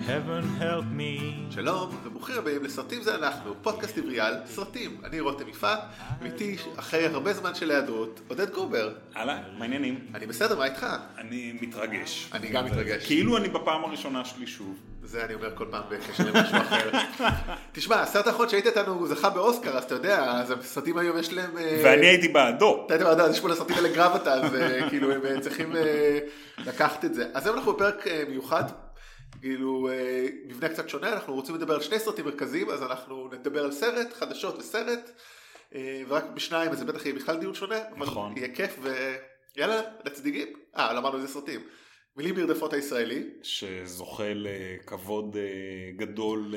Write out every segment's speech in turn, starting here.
heaven help me. שלום וברוכים הבאים לסרטים זה אנחנו, פודקאסט עבריאל, סרטים. אני רותם יפעת, ואיתי אחרי הרבה זמן של היעדרות, עודד גובר. הלאה, מה העניינים? אני בסדר, מה איתך? אני מתרגש. אני גם מתרגש. כאילו אני בפעם הראשונה שלי שוב. זה אני אומר כל פעם בקשר למשהו אחר. תשמע, הסרט האחרון שהיית איתנו הוא זכה באוסקר, אז אתה יודע, אז הסרטים היום יש להם... ואני הייתי בעדו. אתה היית בעדו, אז יש פה לסרטים האלה גרבתה, אז כאילו הם צריכים לקחת את זה. אז היום אנחנו בפרק מיוחד, כאילו מבנה קצת שונה, אנחנו רוצים לדבר על שני סרטים מרכזיים, אז אנחנו נדבר על סרט, חדשות וסרט, ורק בשניים, אז זה בטח יהיה בכלל דיון שונה, נכון. יהיה כיף, ויאללה, נצדיגים. לא אמרנו איזה סרטים. מילים נרדפות הישראלי. שזוכה לכבוד גדול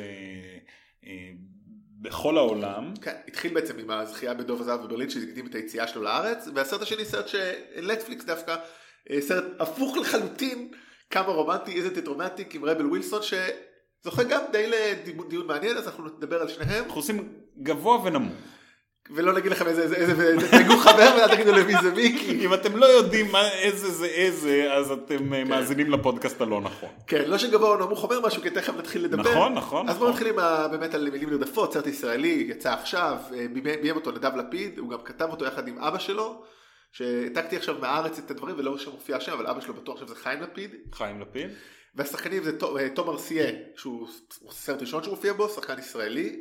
בכל העולם. כן, התחיל בעצם עם הזכייה בדוב הזהב בברלין, שהקדים את היציאה שלו לארץ, והסרט השני סרט שנטפליקס דווקא, סרט הפוך לחלוטין, כמה רומנטי, איזה תטרומטיק עם רבל ווילסון, שזוכה גם די לדיון מעניין, אז אנחנו נדבר על שניהם. אנחנו עושים גבוה ונמוך. ולא נגיד לכם איזה, תגעו חבר ואל תגידו למי זה מי, כי... אם אתם לא יודעים איזה זה איזה, אז אתם מאזינים לפודקאסט הלא נכון. כן, לא שגבוה או נמוך אומר משהו, כי תכף נתחיל לדבר. נכון. אז בואו נתחיל באמת על מילים נרדפות, סרט ישראלי, יצא עכשיו, ביים אותו נדב לפיד, הוא גם כתב אותו יחד עם אבא שלו, שהעתקתי עכשיו מהארץ את הדברים ולא שמופיע שם, אבל אבא שלו בטוח עכשיו זה חיים לפיד. חיים לפיד. והשחקנים זה תום ארסיה, שהוא סרט ראשון שמופיע בו, שחקן ישראלי,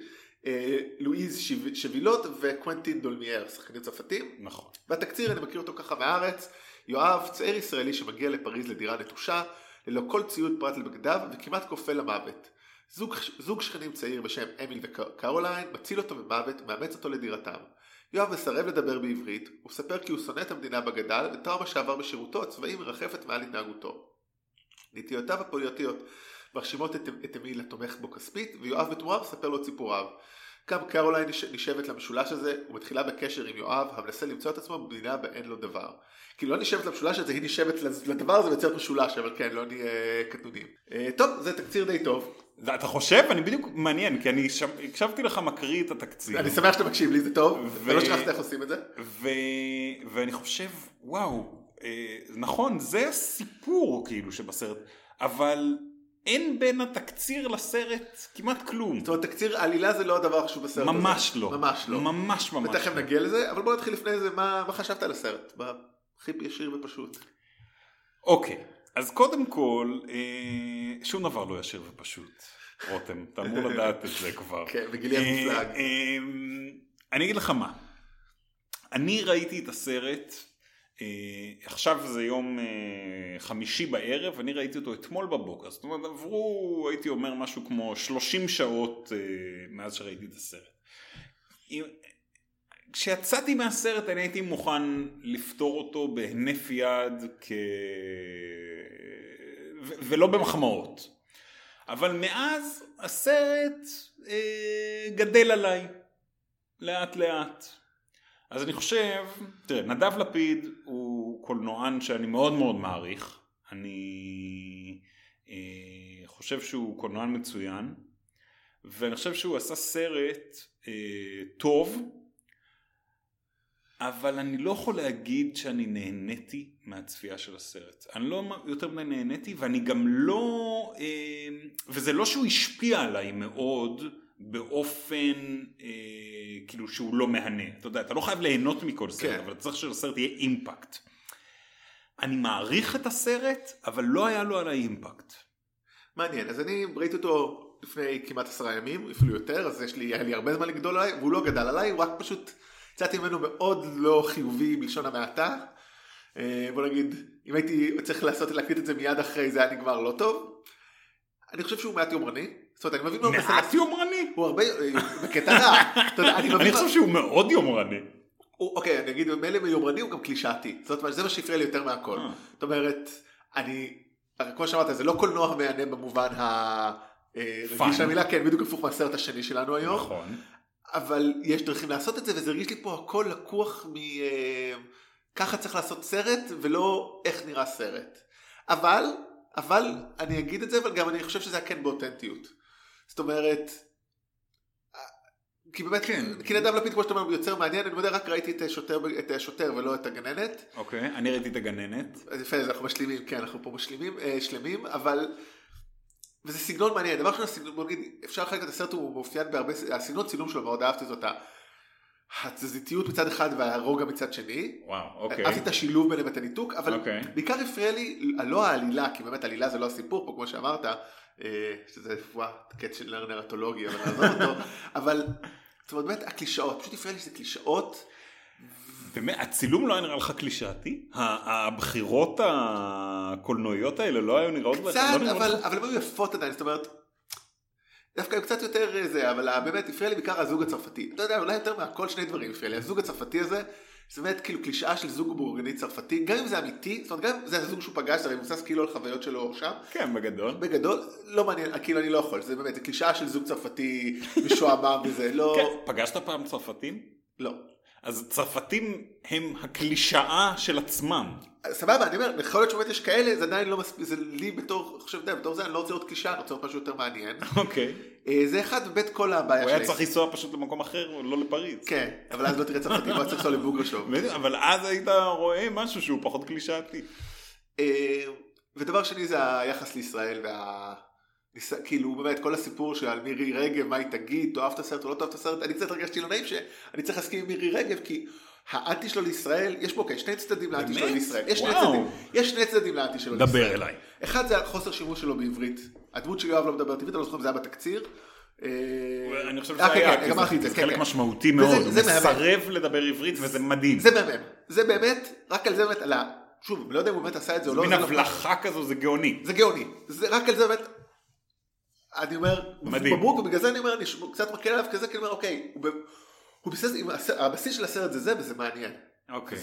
לואיז שווילוט וקוונטין דולמייר, שחקנים צרפתים. נכון. והתקציר, אני מכיר אותו ככה מהארץ, יואב, צעיר ישראלי שמגיע לפריז לדירה נטושה, ללא כל ציוד פרט לבגדיו וכמעט כופה למוות. זוג שכנים צעיר בשם אמיל וקרוליין מציל אותו ממוות ומאמץ אותו לדירתם. יואב מסרב לדבר בעברית, הוא מספר כי הוא שונא את המדינה בגדל וטראומה שעבר בשירותו הצבאי מרחפת מעל התנהגותו. נטיותיו הפוליטיות מרשימות את אמיל התומך בו כספית, ויואב בתמורה מספר לו את סיפוריו. גם קרוליין נשבת למשולש הזה, ומתחילה בקשר עם יואב, המנסה למצוא את עצמו במדינה באין לו דבר. כי לא נשבת למשולש הזה, היא נשבת לדבר הזה ויוצרת משולש, אבל כן, לא נהיה קטנונים. טוב, זה תקציר די טוב. אתה חושב? אני בדיוק מעניין, כי אני הקשבתי לך מקריא את התקציר. אני שמח שאתה מקשיב לי, זה טוב, ולא שכחת איך עושים את זה. ואני חושב, וואו, נכון, זה הסיפור כאילו שבסרט, אבל אין בין התקציר לסרט כמעט כלום. זאת אומרת, תקציר עלילה זה לא הדבר החשוב בסרט הזה. ממש לא. ממש לא. ממש. ותכף נגיע לזה, אבל בוא נתחיל לפני זה, מה חשבת על הסרט? הכי ישיר ופשוט. אוקיי, אז קודם כל, שום דבר לא ישיר ופשוט. רותם, אתה אמור לדעת את זה כבר. כן, בגילי המופלג. אני אגיד לך מה. אני ראיתי את הסרט, עכשיו זה יום חמישי בערב, אני ראיתי אותו אתמול בבוקר, זאת אומרת עברו, הייתי אומר משהו כמו 30 שעות מאז שראיתי את הסרט. כשיצאתי מהסרט אני הייתי מוכן לפתור אותו בהינף יד ולא במחמאות, אבל מאז הסרט גדל עליי לאט לאט. אז אני חושב, תראה, נדב לפיד הוא קולנוען שאני מאוד מאוד מעריך. אני חושב שהוא קולנוען מצוין, ואני חושב שהוא עשה סרט טוב, אבל אני לא יכול להגיד שאני נהניתי מהצפייה של הסרט. אני לא יותר מדי נהניתי, ואני גם לא, וזה לא שהוא השפיע עליי מאוד, באופן כאילו שהוא לא מהנה. אתה יודע, אתה לא חייב ליהנות מכל סרט, אבל צריך שלסרט יהיה אימפקט. אני מעריך את הסרט, אבל לא היה לו עליי אימפקט. מעניין, אז אני ראיתי אותו לפני כמעט 10 ימים, אפילו יותר, אז היה לי הרבה זמן לגדול עליי, והוא לא גדל עליי, הוא רק פשוט יצאתי ממנו מאוד לא חיובי בלשון המעטה. בוא נגיד, אם הייתי צריך להקליט את זה מיד אחרי, זה היה נגמר לא טוב. אני חושב שהוא מעט יומרני. מעט יומרני? הוא הרבה, בקטע רע. אני חושב שהוא מאוד יומרני. אוקיי, אני אגיד, מילא ביומרני הוא גם קלישאתי. זאת אומרת, זה מה שהפריע לי יותר מהכל. זאת אומרת, כמו שאמרת, זה לא קולנוע מהנה במובן הרגיש של המילה, כן, בדיוק הפוך מהסרט השני שלנו היום. נכון. אבל יש דרכים לעשות את זה, וזה הרגיש לי פה הכל לקוח ככה צריך לעשות סרט, ולא איך נראה סרט. אבל אני אגיד את זה, אבל גם אני חושב שזה היה כן באותנטיות. זאת אומרת, כי באמת, כי נדב לפיד כמו שאתה אומר יוצר מעניין, אני יודע רק ראיתי את השוטר ולא את הגננת. אוקיי, אני ראיתי את הגננת. אז יפה, אנחנו משלימים, כן, אנחנו פה משלימים, שלמים, אבל וזה סגנון מעניין, דבר ראשון, אפשר לחלק את הסרט, הוא מאופיין בהרבה, הסגנון צילום שלו מאוד אהבתי זאת, התזזיתיות מצד אחד והרוגע מצד שני. וואו, אוקיי. אהבתי את השילוב ביניהם את הניתוק, אבל בעיקר הפריע לי, לא העלילה, כי באמת העלילה זה לא הסיפור פה, כמו שאמרת, שזה קטע של נרטולוגי, אבל נעזוב אותו, אבל זאת אומרת, באמת הקלישאות, פשוט הפריע לי שזה קלישאות. באמת, הצילום לא היה נראה לך קלישאתי? הבחירות הקולנועיות האלה לא היו נראות? קצת, אבל הם היו יפות עדיין, זאת אומרת, דווקא הם קצת יותר זה, אבל באמת הפריע לי בעיקר הזוג הצרפתי. אתה יודע, אולי יותר מהכל שני דברים הפריע לי. הזוג הצרפתי הזה, זה באמת כאילו קלישאה של זוג בורגני צרפתי, גם אם זה אמיתי, זאת אומרת, גם אם זה הזוג שהוא פגש, זה מבוסס כאילו על חוויות שלו שם. כן, בגדול. בגדול, לא מעניין, כאילו אני לא יכול, זה באמת, זה קלישאה של זוג צרפתי משועמם וזה, לא... כן, פגשת פעם צרפתים? לא. אז צרפתים הם הקלישאה של עצמם. סבבה, אני אומר, יכול להיות שבאמת יש כאלה, זה עדיין לא מספיק, זה לי בתור, חושב, בתור זה אני לא רוצה להיות קלישאה, אני רוצה להיות משהו יותר מעניין. אוקיי. זה אחד בבית כל הבעיה שלי. הוא היה צריך לנסוע פשוט למקום אחר, לא לפריז. כן, אבל אז לא תראה צרפתים, הוא היה צריך לנסוע לבוגרשוב. אבל אז היית רואה משהו שהוא פחות קלישאתי. ודבר שני זה היחס לישראל, כאילו באמת כל הסיפור שעל מירי רגב, מה היא תגיד, תאהב את הסרט או לא תאהב את הסרט, אני קצת הרגשתי לא נעים שאני צריך להסכים עם מירי רגב, כי האנטי שלו לישראל, יש פה שני צדדים לאנטי שלו לישראל. יש שני צדדים לאנטי שלו לישראל. דבר אליי. אחד זה חוסר שימוש שלו בעברית. הדמות של יואב לא מדבר טבעית, אני לא זוכר אם זה היה בתקציר. אני חושב שזה היה, כי זה חלק משמעותי מאוד. הוא מסרב לדבר עברית וזה מדהים. זה מהמם. זה באמת, רק על זה באמת עלה. שוב, אני לא יודע אם הוא באמת עשה את זה או לא. זה מין הבלחה כזו, זה גאוני. זה גאוני. רק על זה באמת, אני אומר, בברוק, ובגלל זה אני אומר, אני קצת מקל עליו כזה, כי אני אומר, אוקיי, הבסיס של הסרט זה זה, וזה מעניין. אוקיי.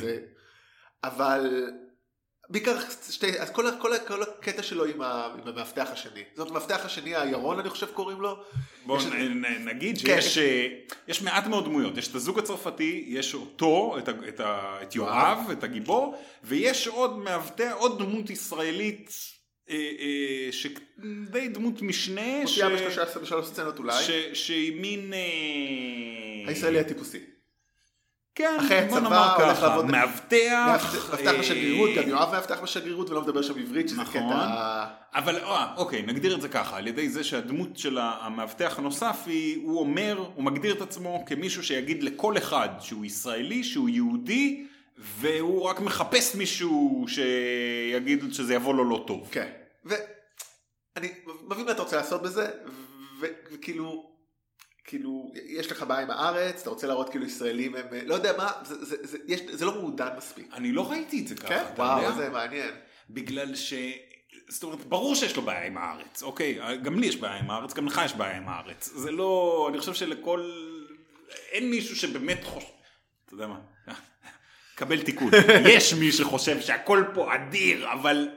אבל, בעיקר, אז כל הקטע שלו עם המאבטח השני. זאת המאבטח השני, הירון, אני חושב קוראים לו. בואו נגיד שיש מעט מאוד דמויות. יש את הזוג הצרפתי, יש אותו, את יואב, את הגיבור, ויש עוד מאבטח, עוד דמות ישראלית, שדי דמות משנה, מופיעה בשלוש סצנות אולי, שהיא מין הישראלי הטיפוסי. כן, בוא נאמר ככה, מאבטח בשגרירות, גם יואב מאבטח בשגרירות ולא מדבר שם עברית, שזה קטע... אבל אוקיי, נגדיר את זה ככה, על ידי זה שהדמות של המאבטח הנוסף, הוא מגדיר את עצמו כמישהו שיגיד לכל אחד שהוא ישראלי, שהוא יהודי, והוא רק מחפש מישהו שיגיד שזה יבוא לו לא טוב. כן, ואני מבין מה אתה רוצה לעשות בזה, וכאילו, יש לך בעיה עם הארץ, אתה רוצה להראות כאילו ישראלים הם, לא יודע מה, זה לא מעודן מספיק. אני לא ראיתי את זה ככה. כן? וואו, זה מעניין. בגלל זאת אומרת, ברור שיש לו בעיה עם הארץ, אוקיי? גם לי יש בעיה עם הארץ, גם לך יש בעיה עם הארץ. זה לא, אני חושב אין מישהו שבאמת חושב, אתה יודע מה? קבל תיקון. יש מי שחושב שהכל פה אדיר, אבל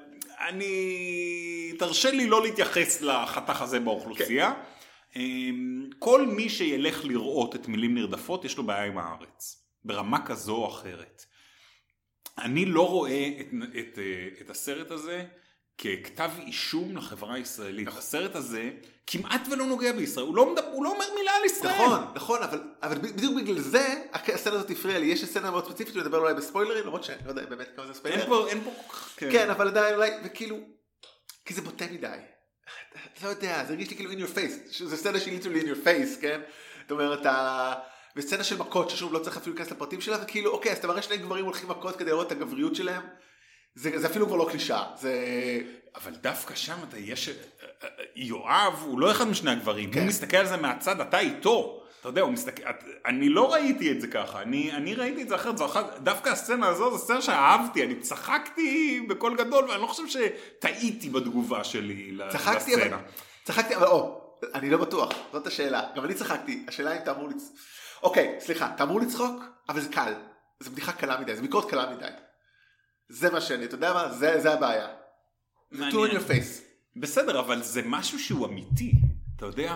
תרשה לי לא להתייחס לחתך הזה באוכלוסייה. כל מי שילך לראות את מילים נרדפות, יש לו בעיה עם הארץ. ברמה כזו או אחרת. אני לא רואה את הסרט הזה ככתב אישום לחברה הישראלית. הסרט הזה כמעט ולא נוגע בישראל. הוא לא אומר מילה על ישראל. נכון, אבל בדיוק בגלל זה, הסצנה הזאת הפריעה לי. יש סצנה מאוד ספציפית, אני מדבר אולי בספוילרים, למרות שאני לא יודע באמת כמה זה ספוילר. אין פה כל כך... כן, אבל עדיין אולי, וכאילו, כי זה בוטה מדי. אתה לא יודע, זה הרגיש לי כאילו in your face. זה סצנה שהיא literally in your face, כן? זאת אומרת, וסצנה של מכות, ששוב לא צריך אפילו להיכנס לפרטים שלה, וכאילו, אוקיי, אז אתה מראה שני גברים הולכים מכות כדי לראות את הגבריות שלהם. זה אפילו כבר לא קלישה. אבל דווקא שם יואב הוא לא אחד משני הגברים, הוא מסתכל על זה מהצד, אתה איתו. אתה יודע, אני לא ראיתי את זה ככה, אני ראיתי את זה אחרת, דווקא הסצנה הזו, זו סצנה שאהבתי, אני צחקתי בכל גדול, ואני לא חושב שטעיתי בתגובה שלי לסצנה. צחקתי, אבל אני לא בטוח, זאת השאלה, גם אני צחקתי, השאלה אם אתה אמור לצחוק, אוקיי, סליחה, אתה אמור לצחוק, אבל זה קל, זו בדיחה קלה מדי, זו ביקורת קלה מדי, זה מה שאני, אתה יודע מה, זה הבעיה, זה too in your face. בסדר, אבל זה משהו שהוא אמיתי, אתה יודע,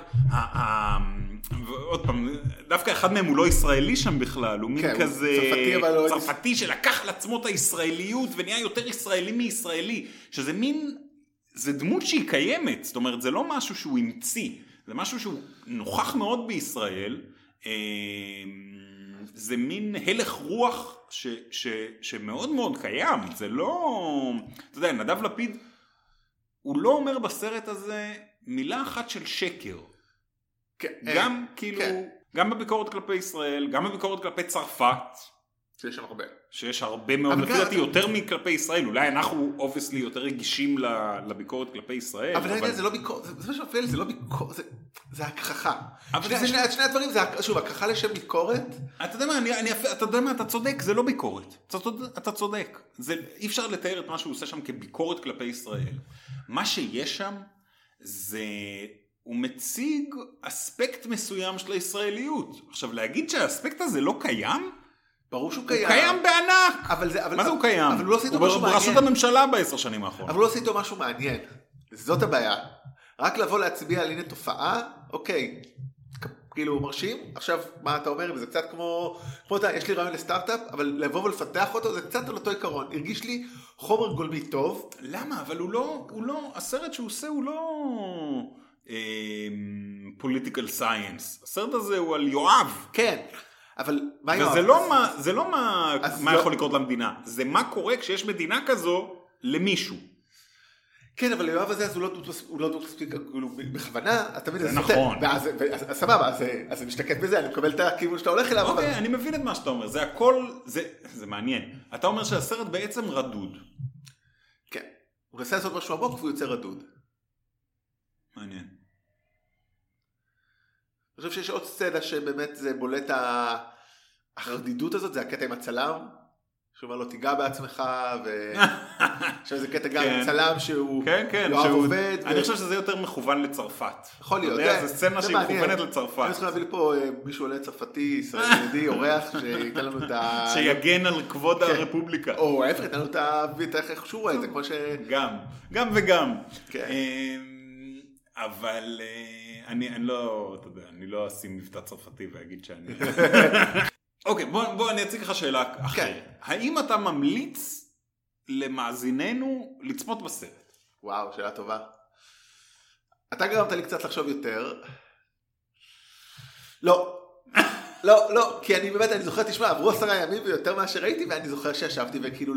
ועוד פעם, דווקא אחד מהם הוא לא ישראלי שם בכלל, הוא מין כזה צרפתי שלקח לעצמו את הישראליות ונהיה יותר ישראלי מישראלי, שזה מין, זה דמות שהיא קיימת, זאת אומרת, זה לא משהו שהוא המציא, זה משהו שהוא נוכח מאוד בישראל, זה מין הלך רוח שמאוד מאוד קיים, זה לא, אתה יודע, נדב לפיד, הוא לא אומר בסרט הזה, מילה אחת של שקר. כן, גם כאילו, כן. גם בביקורת כלפי ישראל, גם בביקורת כלפי צרפת. שיש שם הרבה. שיש הרבה מאוד, לפי דעתי יותר מכלפי ישראל, אולי אנחנו אובייסלי יותר רגישים לביקורת כלפי ישראל. אבל זה לא ביקורת, זה מה שמפריע לי, זה לא ביקורת, זה הכחכה. שני הדברים, שוב, הכחכה לשם ביקורת. אתה יודע מה, אתה צודק, זה לא ביקורת. אתה צודק. אי אפשר לתאר את מה שהוא עושה שם כביקורת כלפי ישראל. מה שיש שם, הוא מציג אספקט מסוים של הישראליות. עכשיו, להגיד שהאספקט הזה לא קיים, ברור שהוא קיים. הוא קיים בענק. מה זה הוא קיים? אבל הוא לא עושה איתו משהו מעניין. בראשות הממשלה ב10 שנים האחרונות. אבל הוא לא עושה איתו משהו מעניין. זאת הבעיה. רק לבוא להצביע על הנה תופעה, אוקיי. כאילו מרשים. עכשיו, מה אתה אומר? זה קצת כמו יש לי רעיון לסטארט-אפ, אבל לבוא ולפתח אותו, זה קצת על אותו עיקרון. הרגיש לי חומר גולמי טוב. למה? אבל הוא לא, הסרט שהוא עושה הוא לא פוליטיקל סייאנס. הסרט הזה הוא על יואב. כן. אבל מה יואב? וזה לא מה יכול לקרות למדינה, זה מה קורה כשיש מדינה כזו למישהו. כן, אבל יואב הזה הוא לא מספיק בכוונה, תמיד זה נכון. סבבה, אז זה משתקף בזה, אני מקבל את הכיוון שאתה הולך אליו. אוקיי, אני מבין את מה שאתה אומר, זה הכל, זה מעניין. אתה אומר שהסרט בעצם רדוד. כן, הוא מנסה לעשות משהו עמוק והוא יוצא רדוד. מעניין. אני חושב שיש עוד סצנה שבאמת זה בולט הרדידות הזאת, זה הקטע עם הצלם, שהוא אומר לו תיגע בעצמך, עכשיו זה קטע גם עם צלם שהוא לא עובד. אני חושב שזה יותר מכוון לצרפת. יכול להיות. זה סצנה שהיא מכוונת לצרפת. אני צריך להביא לפה מישהו עולה צרפתי, ישראלי, אורח, שייתן לנו את ה... שיגן על כבוד הרפובליקה. או ההפך, ייתן לנו את איך שהוא רואה את זה, כמו ש... גם וגם. אבל... אני לא, אתה יודע, אני לא אשים מבטא צרפתי ואגיד שאני... אוקיי, בוא אני אציג לך שאלה אחרת. האם אתה ממליץ למאזיננו לצפות בסרט? וואו, שאלה טובה. אתה גרמת לי קצת לחשוב יותר. לא, כי אני באמת, אני זוכר, תשמע, עברו 10 ימים ויותר מה שראיתי, ואני זוכר שישבתי וכאילו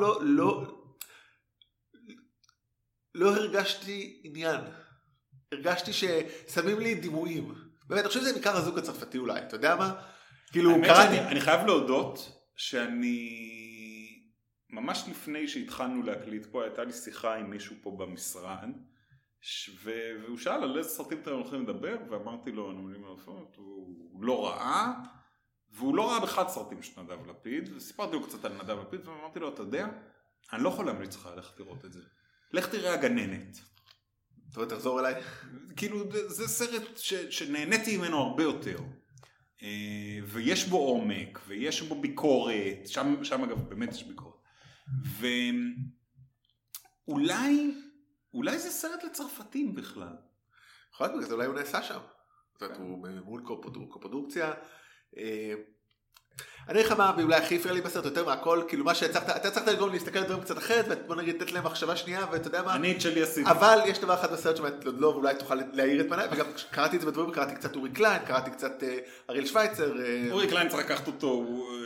לא הרגשתי עניין. הרגשתי ששמים לי דימויים. באמת, אני חושב שזה בעיקר הזוג הצרפתי אולי, אתה יודע מה? כאילו, קראתי... אני חייב להודות שאני... ממש לפני שהתחלנו להקליט פה, הייתה לי שיחה עם מישהו פה במשרד, והוא שאל על איזה סרטים אתם הולכים לדבר, ואמרתי לו, הוא לא ראה, והוא לא ראה בכלל סרטים של נדב לפיד, וסיפרתי לו קצת על נדב לפיד, ואמרתי לו, אתה יודע, אני לא יכול להמליץ לך ללכת לראות את זה. לך תראה הגננת. טוב, תחזור אליי. כאילו, זה סרט שנהניתי ממנו הרבה יותר. ויש בו עומק, ויש בו ביקורת, שם אגב באמת יש ביקורת. ואולי זה סרט לצרפתים בכלל. יכול להיות, בגלל זה אולי הוא נעשה שם. זאת אומרת, הוא מול קופרודוקציה. אני אגיד לך מה, אולי הכי הפריע לי בסרט יותר מהכל, כאילו מה אתה הצלחת לגרום להסתכל על דברים קצת אחרת, ובוא נגיד, לתת להם מחשבה שנייה, ואתה יודע מה? אני את שלי עשיתי. אבל יש דבר אחד בסרט שבאמת לא, ואולי תוכל להעיר את פניי, וגם קראתי את זה בדברים, קראתי קצת אורי קליין, קראתי קצת אריאל שוויצר. אורי קליין צריך לקחת אותו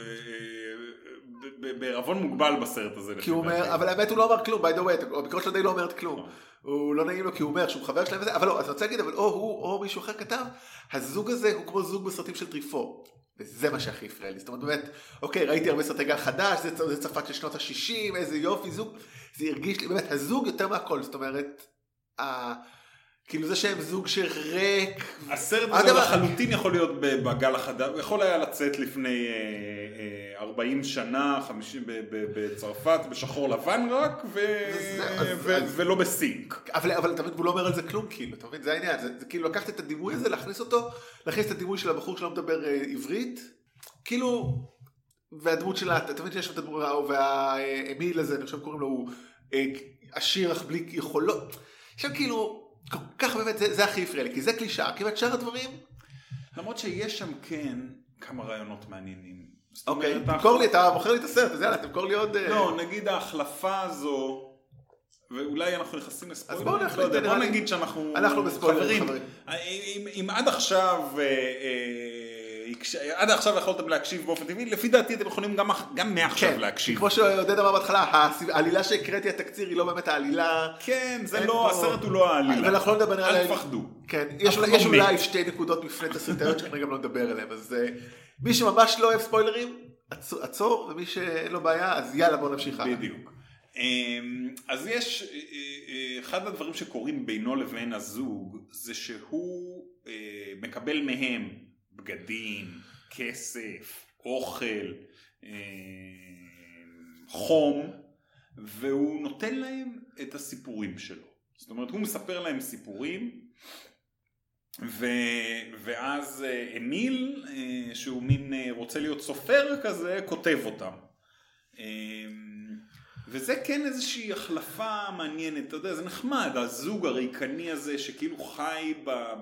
בערבון מוגבל בסרט הזה. כי הוא אומר, אבל האמת הוא לא אמר כלום, by the way, הביקורת שלו די לא אומרת כלום. הוא לא נעים לו כי הוא אומר שהוא חבר שלהם וזה, אבל לא, אז אני רוצה להגיד, אבל או הוא או מישהו אחר כתב, הזוג הזה הוא כמו זוג בסרטים של טריפו. וזה מה שהכי הפריע לי. זאת אומרת, באמת, אוקיי, ראיתי הרבה סרטי גל חדש, זה צרפת של שנות ה-60, איזה יופי, זוג. זה הרגיש לי, באמת, הזוג יותר מהכל. זאת אומרת, כאילו זה שהם זוג שריק. הסרט הזה לחלוטין יכול להיות בגל החדש, הוא יכול היה לצאת לפני 40 שנה, 50 בצרפת, בשחור לבן רק, ולא בסינק. אבל תמיד הוא לא אומר על זה כלום, כאילו, אתה מבין, זה העניין, זה כאילו לקחת את הדימוי הזה, להכניס את הדימוי של הבחור שלא מדבר עברית, כאילו, והדמות שלה, אתה מבין שיש שם את הדמות, והאמיל הזה, אני חושב קוראים לו, הוא עשיר אך בלי יכולות, עכשיו כאילו, כל כך באמת, זה הכי הפריע לי, כי זה קלישה, כמעט שאר הדברים. למרות שיש שם כן כמה רעיונות מעניינים. אוקיי, תמכור לי, אתה מוכר לי את הסרט, אז יאללה, תמכור לי עוד... לא, נגיד ההחלפה הזו, ואולי אנחנו נכנסים לספוילרים. אז בואו נגיד שאנחנו בספוילרים, חברים. אם עד עכשיו עד עכשיו יכולתם להקשיב באופן טבעי, לפי דעתי אתם יכולים גם מעכשיו להקשיב. כמו שעודד אמר בהתחלה, העלילה שהקראתי התקציר היא לא באמת העלילה. כן, זה לא, הסרט הוא לא העלילה. ואנחנו לא נדבר עליהם. אל תפחדו. כן, יש אולי 2 נקודות מפני תסריטאיות שכנראה גם לא נדבר עליהם, אז מי שממש לא אוהב ספוילרים, עצור, ומי שאין לו בעיה, אז יאללה בוא נמשיך הלאה. בדיוק. אז יש, אחד הדברים שקורים בינו לבין הזוג, זה שהוא מקבל מהם בגדים, כסף, אוכל, חום, והוא נותן להם את הסיפורים שלו. זאת אומרת, הוא מספר להם סיפורים, ואז אמיל, שהוא מין רוצה להיות סופר כזה, כותב אותם. וזה כן איזושהי החלפה מעניינת, אתה יודע, זה נחמד, הזוג הריקני הזה שכאילו חי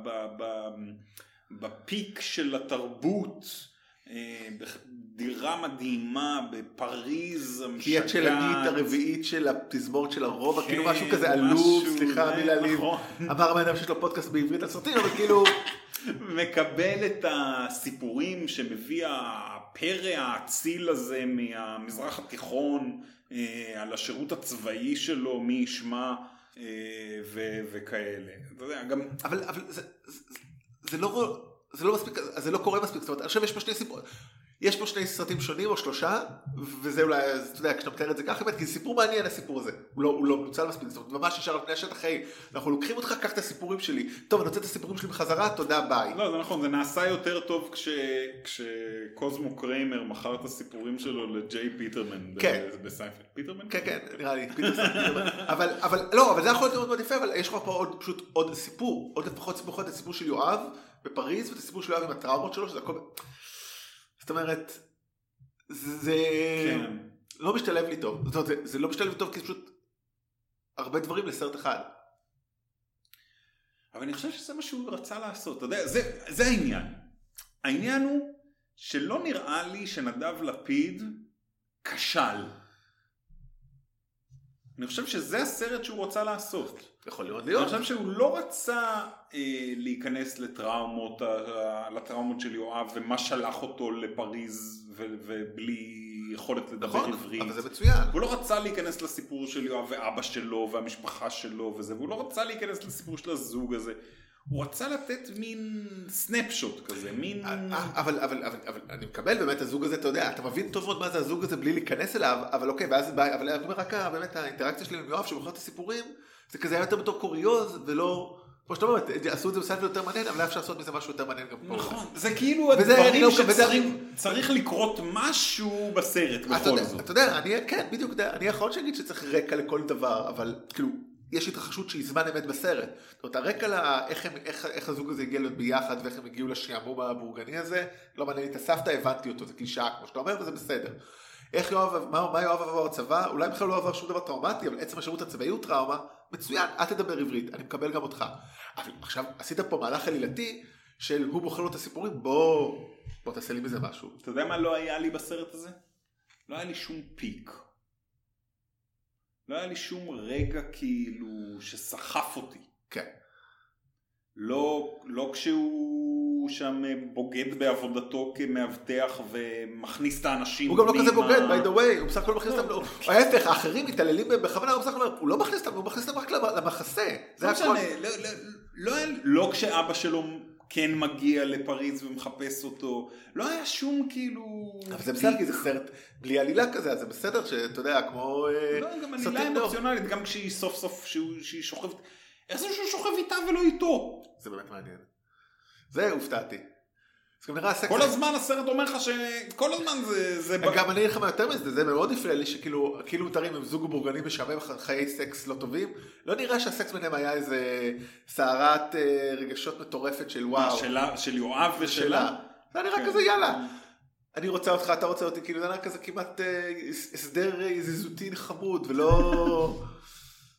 בפיק של התרבות, בדירה מדהימה בפריז המשגעת. כי הצ'לנית הרביעית של הפזמורת של הרובע, כאילו משהו כזה עלוב, סליחה בלי להעליב, אמר מהאדם שיש לו פודקאסט בעברית על סרטים, אבל כאילו... מקבל את הסיפורים שמביא הפרא האציל הזה מהמזרח התיכון, על השירות הצבאי שלו, מי ישמע וכאלה. אתה יודע, גם... אבל זה לא מספיק, זה לא קורה מספיק. זאת אומרת, עכשיו יש פה 2 סיפורים. יש פה 2 סרטים שונים או 3, וזה אולי, אתה יודע, כשאתה מתאר את זה ככה, כי זה סיפור מעניין הסיפור הזה. הוא לא מנוצל מספיק. זאת אומרת, ממש ישר על פני השטח, אנחנו לוקחים אותך, קח את הסיפורים שלי. טוב, אני רוצה את הסיפורים שלי בחזרה, תודה, ביי. לא, זה נכון, זה נעשה יותר טוב כשקוזמו קריימר מכר את הסיפורים שלו לג'יי פיטרמן. כן. בסיינפלד. פיטרמן? כן, כן, נראה לי, פיטרמן. אבל לא, אבל זה יכול להיות מאוד יפה, אבל יש לך פה פשוט עוד סיפור, עוד לפחות סיפור, את הסיפור של יואב בפריז, ואת הסיפור של יואב עם הטראומות שלו, שזה הכל... זאת אומרת, זה לא משתלב לי טוב. זאת אומרת, זה לא משתלב לי טוב כי זה פשוט הרבה דברים לסרט אחד. אבל אני חושב שזה מה שהוא רצה לעשות. אתה יודע, זה העניין. העניין הוא שלא נראה לי שנדב לפיד כשל. אני חושב שזה הסרט שהוא רוצה לעשות. יכול להיות. אני חושב שהוא לא רצה להיכנס לטראומות של יואב, ומה שלח אותו לפריז ובלי יכולת לדבר עברית. אבל זה מצוין. הוא לא רצה להיכנס לסיפור של יואב ואבא שלו והמשפחה שלו וזה, והוא לא רצה להיכנס לסיפור של הזוג הזה. הוא רצה לתת מין סנפשוט כזה, מין... אבל אני מקבל באמת הזוג הזה, אתה יודע, אתה מבין טוב מאוד מה זה הזוג הזה בלי להיכנס אליו, אבל אוקיי, ואז אבל אני אומר רק באמת האינטראקציה שלי עם יואב שבוחר את הסיפורים, זה כזה היה יותר בתור קוריוז ולא... כמו שאתה אומר, עשו את זה בסייפל יותר מעניין, אבל אפשר לעשות מזה משהו יותר מעניין גם פה. נכון, זה כאילו הדברים שצריך לקרות משהו בסרט בכל זאת. אתה יודע, כן, בדיוק, אני יכול להגיד שצריך רקע לכל דבר, אבל כאילו... יש התרחשות שהיא זמן אמת בסרט. זאת אומרת, הרקע איך הזוג הזה הגיע להיות ביחד, ואיך הם הגיעו לשעמום הבורגני הזה, לא מעניין לי את הסבתא, הבנתי אותו, זה קלישאה, כמו שאתה אומר, וזה בסדר. מה יואב עבר בצבא? אולי בכלל לא עבר שום דבר טראומטי, אבל עצם השירות הצבאי הוא טראומה, מצוין, אל תדבר עברית, אני מקבל גם אותך. אבל עכשיו, עשית פה מהלך עלילתי, של הוא בוחר לו את הסיפורים, בוא תעשה לי מזה משהו. אתה יודע מה לא היה לי בסרט הזה? לא היה לי שום פיק. לא היה לי שום רגע כאילו שסחף אותי. כן. לא כשהוא שם בוגד בעבודתו כמאבטח ומכניס את האנשים. הוא גם לא כזה בוגד, by the way, הוא בסך הכל מכניס אותם, ההפך, האחרים מתעללים בכוונה, הוא בסך הכל, הוא לא מכניס אותם, הוא מכניס אותם רק למחסה. זה הכל. לא כשאבא שלו כן מגיע לפריז ומחפש אותו, לא היה שום כאילו... אבל זה בסדר, כי זה סרט בלי עלילה כזה, אז זה בסדר שאתה יודע, כמו... לא, גם עלילה אמוציונלית, גם כשהיא סוף סוף, שהיא שוכבת... איך זה שהוא שוכב איתה ולא איתו? זה באמת מעניין. זה הופתעתי. כל הזמן הסרט אומר לך שכל הזמן זה... גם אני אגיד לך מה יותר מזה, זה מאוד הפריע לי שכאילו מתארים עם זוג בורגני משעמם חיי סקס לא טובים. לא נראה שהסקס ביניהם היה איזה סערת רגשות מטורפת של וואו. של יואב ושלה. זה נראה כזה יאללה. אני רוצה אותך, אתה רוצה אותי, כאילו זה נראה כזה כמעט הסדר זיזוטין חמוד ולא...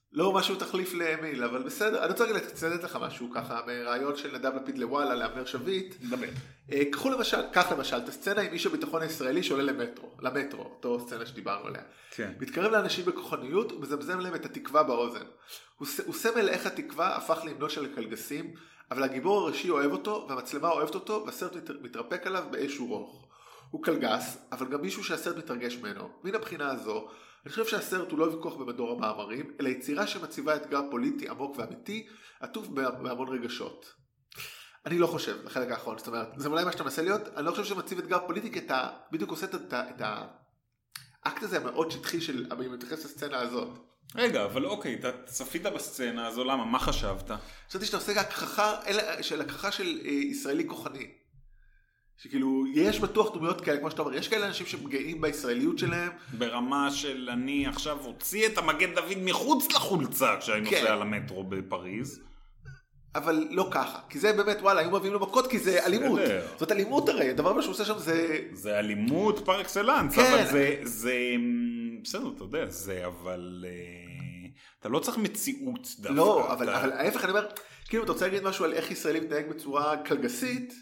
לא משהו תחליף לאמיל, אבל בסדר. אני רוצה רגע לצטט לך משהו ככה, מרעיון של נדב לפיד לוואלה, לאמנר שביט. דבר. קח למשל את הסצנה עם איש הביטחון הישראלי שעולה למטרו, אותו סצנה שדיברנו עליה. כן. מתקרב לאנשים בכוחניות ומזמזם להם את התקווה באוזן. הוא סמל איך התקווה הפך להמנון של הקלגסים, אבל הגיבור הראשי אוהב אותו, והמצלמה אוהבת אותו, והסרט מתרפק עליו באיזשהו רוך. הוא קלגס, אבל גם מישהו שהסרט מתרגש ממנו. מן הבחינה הזו, אני חושב שהסרט הוא לא ויכוח במדור המאמרים, אלא יצירה שמציבה אתגר פוליטי עמוק ואמיתי, עטוף בהמון רגשות. אני לא חושב, לחלק האחרון, זאת אומרת, זה אולי מה שאתה מנסה להיות, אני לא חושב שמציב אתגר פוליטי, כי אתה בדיוק עושה את האקט הזה המאוד שטחי של, אבל אם מתייחס לסצנה הזאת. רגע, אבל אוקיי, אתה צפית בסצנה הזו, למה? מה חשבת? חשבתי שאתה עושה הכחשה של ישראלי כוחני. שכאילו, יש בטוח דמויות כאלה, כמו שאתה אומר, יש כאלה אנשים שמגעים בישראליות שלהם. ברמה של אני עכשיו הוציא את המגן דוד מחוץ לחולצה, כשאני נוסע למטרו בפריז. אבל לא ככה, כי זה באמת, וואלה, היו מביאים לו מכות, כי זה אלימות. זאת אלימות הרי, הדבר מה שהוא עושה שם זה... זה אלימות פר אקסלנס, אבל זה... בסדר, אתה יודע, זה אבל... אתה לא צריך מציאות דווקא. לא, אבל ההפך, אני אומר, כאילו, אתה רוצה להגיד משהו על איך ישראלי מתנהג בצורה קלגסית,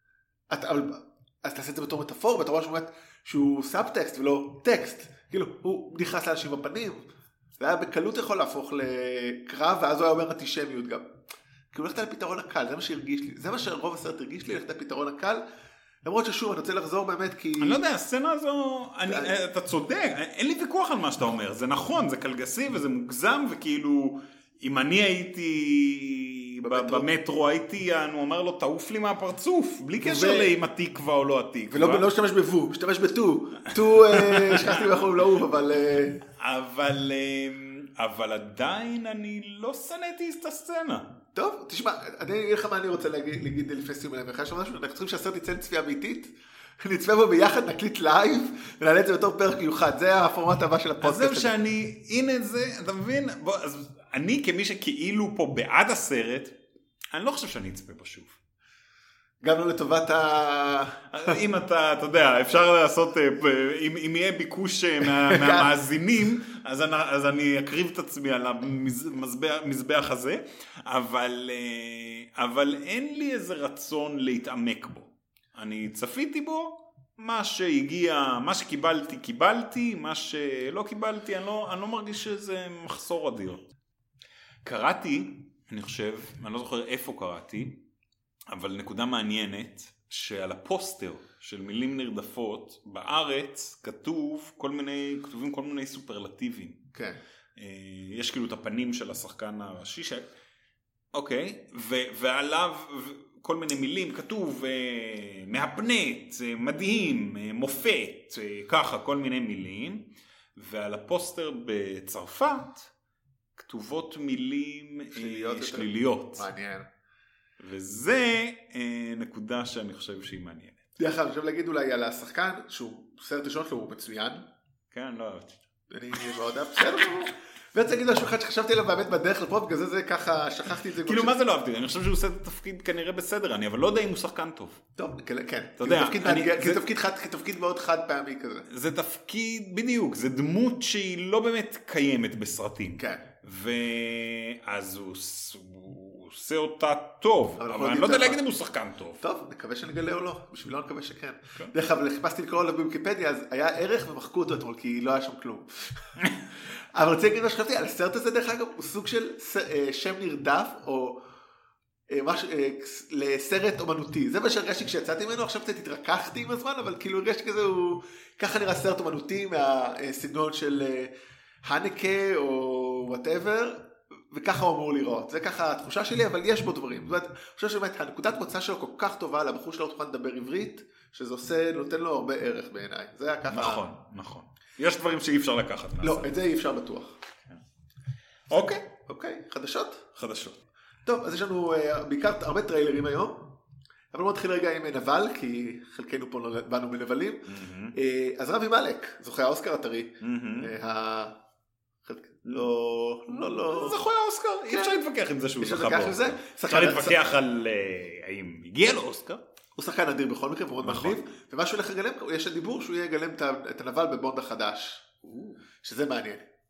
אז תעשה את זה בתור מטאפור, ואתה רואה שהוא סאבטקסט ולא טקסט. כאילו, הוא נכנס לאנשים בפנים, והיה בקלות יכול להפוך לקרב, ואז הוא היה אומר אנטישמיות גם. כי הוא הולכת על פתרון הקל, זה מה שהרגיש לי. זה מה שרוב הסרט הרגיש לי, הולכת על פתרון הקל, למרות ששוב, אני רוצה לחזור באמת כי... אני לא יודע, הסצנה הזו, אתה צודק, אין לי ויכוח על מה שאתה אומר, זה נכון, זה קלגסי וזה מוגזם, וכאילו, אם אני הייתי במטרו, הייתי, הוא אומר לו, תעוף לי מהפרצוף, בלי קשר לאם התקווה או לא התקווה. ולא משתמש בבו, משתמש בטו. שכחתי מה יכולים לעוף, אבל עדיין אני לא שנאתי את הסצנה. טוב, תשמע, אני אגיד לך מה אני רוצה להגיד לפני סיום אליהם. אנחנו צריכים שהסרט יצא לצפייה ביתית, נצפה בו ביחד, נקליט לייב, ונעלה את זה בתור פרק מיוחד. זה הפורמט הבא של הפודקאסט. אז זהו שאני, הנה זה, אתה מבין? אז אני כמי שכאילו פה בעד הסרט, אני לא חושב שאני אצפה בו שוב. גם לא לטובת אם אתה יודע, אפשר לעשות, אם יהיה ביקוש מהמאזינים, אז אני אקריב את עצמי על המזבח הזה, אבל אין לי איזה רצון להתעמק בו. אני צפיתי בו, מה שהגיע, מה שקיבלתי, מה שלא קיבלתי, אני לא מרגיש שזה מחסור אדיר. קראתי, אני חושב, אני לא זוכר איפה קראתי, אבל נקודה מעניינת, שעל הפוסטר של מילים נרדפות, בארץ כתובים כל מיני סופרלטיבים. כן. יש כאילו את הפנים של השחקן הראשי, אוקיי, ועליו כל מיני מילים, כתוב מהפנט, מדהים, מופת, ככה, כל מיני מילים, ועל הפוסטר בצרפת, כתובות מילים שליליות. מעניין. וזה נקודה שאני חושב שהיא מעניינת. דרך אגב, עכשיו להגיד אולי על השחקן, שהוא סרט ראשון שלו, הוא מצוין. כן, לא אהבתי. אני מאוד אהב, בסדר. ואני אגיד משהו אחד שחשבתי עליו באמת בדרך לפה, בגלל זה ככה, שכחתי את זה. כאילו מה זה לא אהבתי? אני חושב שהוא עושה את התפקיד כנראה בסדר, אבל לא יודע אם הוא שחקן טוב. טוב, כן. אתה יודע, זה תפקיד מאוד חד פעמי כזה. זה תפקיד, בדיוק, זה דמות שהיא לא באמת קיימת בסרטים. כן. ואז הוא עושה אותה טוב, אבל אני לא יודע להגיד אם הוא שחקן טוב. טוב, נקווה שנגלה או לא, בשבילו נקווה שכן. דרך אגב, חיפשתי לקרוא עליו בוויקיפדיה, אז היה ערך ומחקו אותו אתמול, כי לא היה שם כלום. אבל רוצה להגיד מה שחשבתי, על הסרט הזה דרך אגב, הוא סוג של שם נרדף, או לסרט אומנותי. זה מה שהרגשתי כשיצאתי ממנו, עכשיו קצת התרככתי עם הזמן, אבל כאילו הרגשתי כזה, ככה נראה סרט אומנותי מהסגנון של הנקה או whatever, וככה הוא אמור לראות. זה ככה התחושה שלי, אבל יש בו דברים. זאת אומרת, אני חושב שבאמת הנקודת מוצא שלו כל כך טובה, לבחור שלו תוכל לדבר עברית, שזה נותן לו הרבה ערך בעיניי. זה היה ככה... נכון. יש דברים שאי אפשר לקחת. לא, את זה אי אפשר בטוח. אוקיי, חדשות. טוב, אז יש לנו בעיקר הרבה טריילרים היום, אבל בואו נתחיל רגע עם נבל, כי חלקנו פה באנו מנבלים. אז רבי מלק, זוכה האוסקר הטרי. לא. זוכה האוסקר, אי אפשר להתווכח עם זה שהוא זוכה באוסקר. אפשר להתווכח על האם הגיע לו אוסקר. הוא שחקן אדיר בכל מקרה, מאוד מגניב, ומה שהוא הולך לגלם, יש הדיבור שהוא יהיה גלם את הנבל בבונד החדש, שזה מעניין.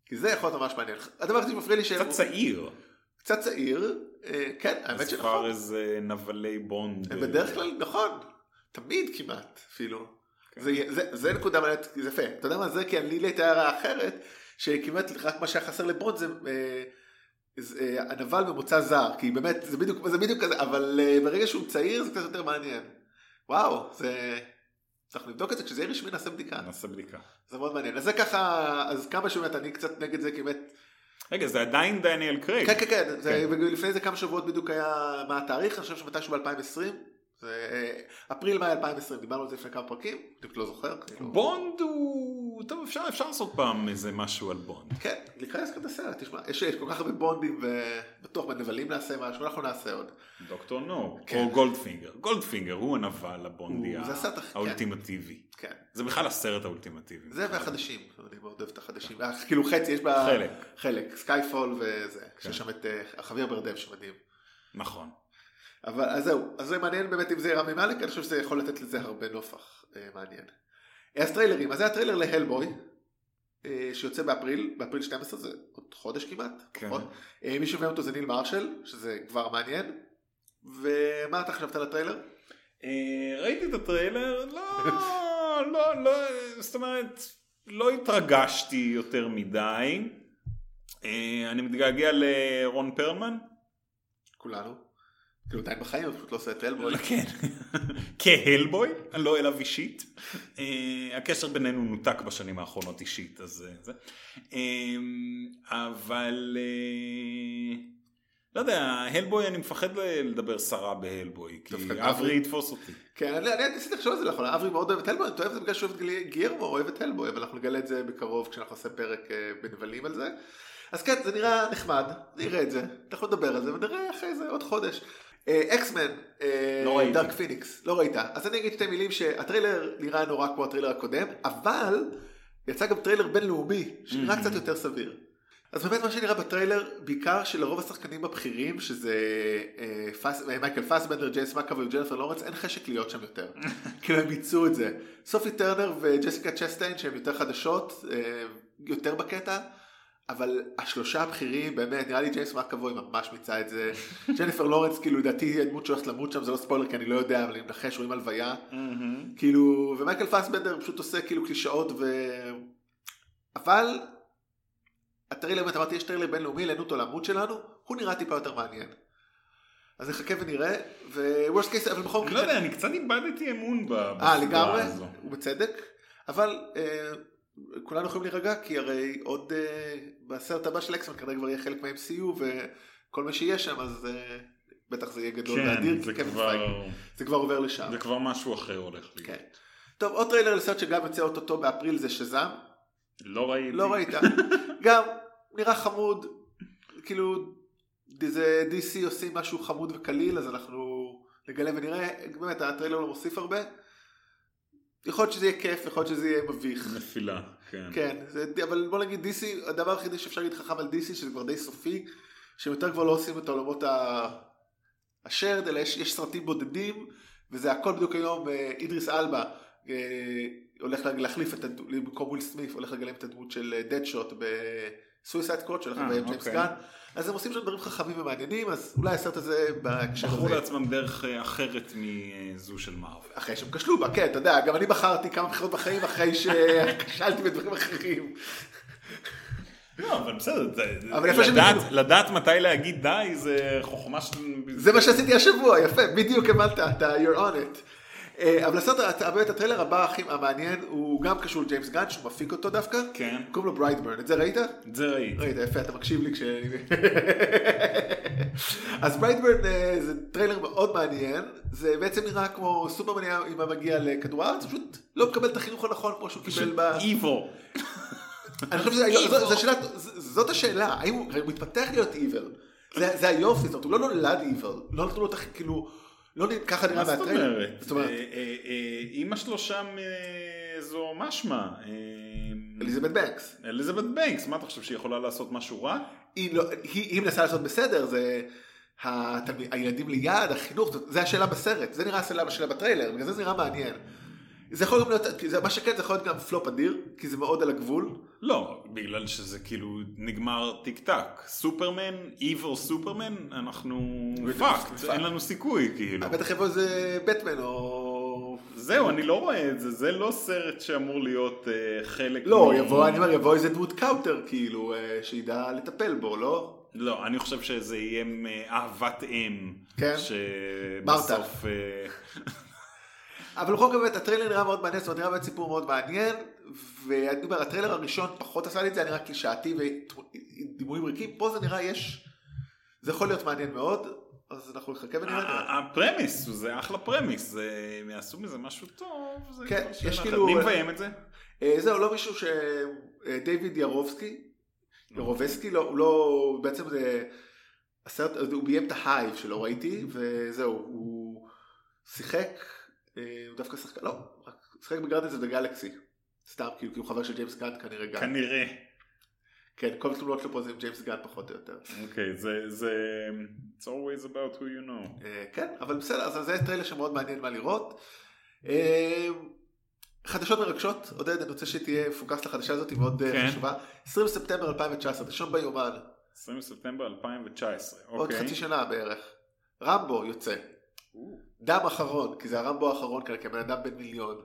כי זה יכול להיות ממש מעניין. הדבר הכי שמפריע לי קצת צעיר. קצת צעיר, כן, האמת שנכון. אז כבר איזה נבלי בונד. בדרך כלל, נכון, תמיד כמעט, אפילו. זה נקודה מעניינת, זה יפה. אתה יודע מה זה? כי אני לי את הערה אחרת, שכמעט רק מה שהיה חסר לבונד זה הנבל ממוצא זר, כי באמת זה בדיוק כזה, אבל ברגע שהוא צעיר זה קצת יותר מעניין. וואו, צריך לבדוק את זה, כשזה יהיה רשמי נעשה בדיקה. זה מאוד מעניין. אז זה ככה, אז כמה שבאמת אני קצת נגד זה, כי באמת... רגע, זה עדיין דניאל קרייג. כן, ולפני זה כמה שבועות בדיוק היה, מה התאריך? אני חושב שמתישהו ב-2020, זה אפריל-מאי 2020, דיברנו על זה לפני כמה פרקים, אני לא זוכר. בונד הוא... טוב, אפשר לעשות פעם איזה משהו על בונד. כן, להיכנס כאן הסרט, תשמע, יש כל כך הרבה בונדים, ובטוח בנבלים נעשה משהו, אנחנו נעשה עוד. דוקטור נו, או גולדפינגר. גולדפינגר הוא הנבל הבונדי האולטימטיבי. זה בכלל הסרט האולטימטיבי. זה והחדשים, אני מאוד אוהב את החדשים. כאילו חצי, יש בה חלק, סקייפול וזה, שיש שם את חביר ברדב שמדהים. נכון. אבל אז זהו, אז זה מעניין באמת אם זה רמי מאלק, אני חושב שזה יכול לתת לזה הרבה נופח מעניין. אז טריילרים, אז זה הטריילר להלבוי, שיוצא באפריל 12, זה עוד חודש כמעט, נכון? מי שמבין אותו זה ניל מרשל, שזה כבר מעניין, ומה אתה חשבת על הטריילר? ראיתי את הטריילר, לא, זאת אומרת, לא התרגשתי יותר מדי, אני מתגעגע לרון פרלמן. כולנו. כאילו עדיין בחיים, פשוט לא עושה את הלבוי. כן, כהלבוי, לא אליו אישית. הקשר בינינו נותק בשנים האחרונות אישית, אז זה. אבל, לא יודע, הלבוי, אני מפחד לדבר שרה בהלבוי, כי אברי יתפוס אותי. כן, אני ניסיתי לחשוב על זה לאחרונה, אברי מאוד אוהב את הלבוי, אני אוהב את זה בגלל שהוא אוהב את גיירמו, אוהב את הלבוי, אבל אנחנו נגלה את זה בקרוב כשאנחנו עושה פרק בנבלים על זה. אז כן, זה נראה נחמד, נראה את זה, אנחנו נדבר על זה, ונראה אחרי זה עוד חודש. אקסמן, דארק פיניקס, לא ראית. אז אני אגיד שתי מילים שהטריילר נראה נורא כמו הטריילר הקודם, אבל יצא גם טריילר בינלאומי, שנראה קצת יותר סביר. אז באמת מה שנראה בטריילר, בעיקר שלרוב השחקנים הבכירים, שזה מייקל פאסבנדר, ג'יימס מקאבוי וג'ניפר לורנס, אין חשק להיות שם יותר. כאילו הם ביצעו את זה. סופי טרנר וג'סיקה צ'סטיין, שהן יותר חדשות, יותר בקטע, אבל השלושה הבכירים, באמת, נראה לי ג'יימס מקאבוי ממש מיצה את זה. ג'ניפר לורנס, כאילו, לדעתי הדמות שהולכת למות שם, זה לא ספוילר, כי אני לא יודע, אבל אני מנחש, רואים הלוויה. כאילו, ומייקל פאסבנדר פשוט עושה כאילו קלישאות אבל הטריילר, באמת אמרתי, יש טריילר בינלאומי, העלינו אותו לעמוד שלנו, הוא נראה טיפה יותר מעניין. אז נחכה ונראה, ו-worst case, אבל בכל לא יודע, אני קצת איבדתי אמון בסדרה לגמרי, ובצדק, אבל כולנו יכולים להירגע, כי הרי עוד בסרט הבא של אקסמן כנראה כבר יהיה חלק מה-MCU, וכל מה שיהיה שם, אז בטח זה יהיה גדול ואדיר, כי זה כבר עובר לשם. זה כבר משהו אחר הולך לי. טוב, עוד טריילר לסרט שגם יוצא אותו באפריל זה שזם. לא ראיתי. לא ראית. גם נראה חמוד, כאילו, זה DC עושים משהו חמוד וקליל, אז אנחנו נגלה ונראה, באמת הטריילר לא מוסיף הרבה. יכול להיות שזה יהיה כיף, יכול להיות שזה יהיה מביך. נפילה, כן. כן, אבל בוא נגיד DC, הדבר הכי שאפשר להגיד חכם על DC, שזה כבר די סופי, שהם יותר כבר לא עושים את העולמות השרד, אלא יש סרטים בודדים, וזה הכל בדיוק היום, אידריס אלבה, הולך להחליף את הדמות, במקום וויל סמית, הולך לגלם את הדמות של דדשוט בסויסייד סקוואד, שהולך לגלם ג'יימס גן. אז הם עושים שם דברים חכמים ומעניינים, אז אולי הסרט הזה בהקשר הזה. בחרו לעצמם דרך אחרת מזו של מארוול. אחרי שהם כשלו בה, כן, אתה יודע, גם אני בחרתי כמה בחירות בחיים אחרי שכשלתי בדברים אחרים. לא, אבל בסדר, לדעת מתי להגיד די, זה חוכמה של... זה מה שעשיתי השבוע, יפה, בדיוק אמרת, אתה you're on it. אבל הסרט, באמת הטריילר הבא המעניין, הוא גם קשור לג'יימס גן, שהוא מפיק אותו דווקא. כן. קוראים לו ברייטברן, את זה ראית? את זה ראית. ראית, יפה, אתה מקשיב לי כשאני... אז ברייטברן זה טריילר מאוד מעניין, זה בעצם נראה כמו סופרמן אם הוא מגיע לכדור הארץ, הוא פשוט לא מקבל את החינוך הנכון כמו שהוא קיבל ב... איבו. אני חושב שזאת השאלה, האם הוא מתפתח להיות איבל? זה היופי, הוא לא נולד איבל, לא נתנו לו כאילו... לא ככה נראה מהטריילר. מה זאת אומרת? אמא שלו שם זו משמע. אליזבת בנקס. אליזבת בנקס, מה אתה חושב שהיא יכולה לעשות משהו רע? היא מנסה לעשות בסדר, זה הילדים ליד, החינוך, זה השאלה בסרט, זה נראה השאלה בטריילר, בגלל זה נראה מעניין. זה יכול גם להיות, מה שכן, זה יכול להיות גם פלופ אדיר, כי זה מאוד על הגבול. לא, בגלל שזה כאילו נגמר טיק טק. סופרמן, evil סופרמן, אנחנו פאקט, אין לנו סיכוי כאילו. בטח יבוא איזה בטמן או... זהו, אני לא רואה את זה, זה לא סרט שאמור להיות חלק... לא, יבוא איזה דמות קאוטר כאילו, שידע לטפל בו, לא? לא, אני חושב שזה יהיה אהבת אם. כן? שבסוף... אבל בכל זאת באמת, הטריילר נראה מאוד מעניין, זאת אומרת, נראה באמת סיפור מאוד מעניין, ואני אומר, הטריילר הראשון פחות עשה לי את זה, נראה קלישאתי ודימויים ריקים, פה זה נראה זה יכול להיות מעניין מאוד, אז אנחנו נחכה ונראה. הפרמיס, זה אחלה פרמיס, הם יעשו מזה משהו טוב, כן, יש כאילו... מי מביים את זה? זהו, לא מישהו דיוויד ירובסקי, לא, בעצם זה הסרט, הוא ביים את ההייב שלו, ראיתי, וזהו, הוא שיחק, הוא דווקא שחק, לא, רק שחק בגרדיאנס אוף דה גלקסי, סתם, כי הוא חבר של ג'יימס גן כנראה גם. כנראה. כן, כל התלונות שלו פה זה עם ג'יימס גן פחות או יותר. אוקיי, זה it's always about who you know. כן, אבל בסדר, אז זה טריילר שמאוד מעניין מה לראות. חדשות מרגשות, עודד, אני רוצה שתהיה פוקס לחדשה הזאת, היא מאוד חשובה. 20 ספטמבר 2019, תרשום ביומן. 20 ספטמבר 2019, אוקיי. עוד חצי שנה בערך. רמבו יוצא. דם אחרון, כי זה הרמבו האחרון כאן, כבן אדם בן מיליון.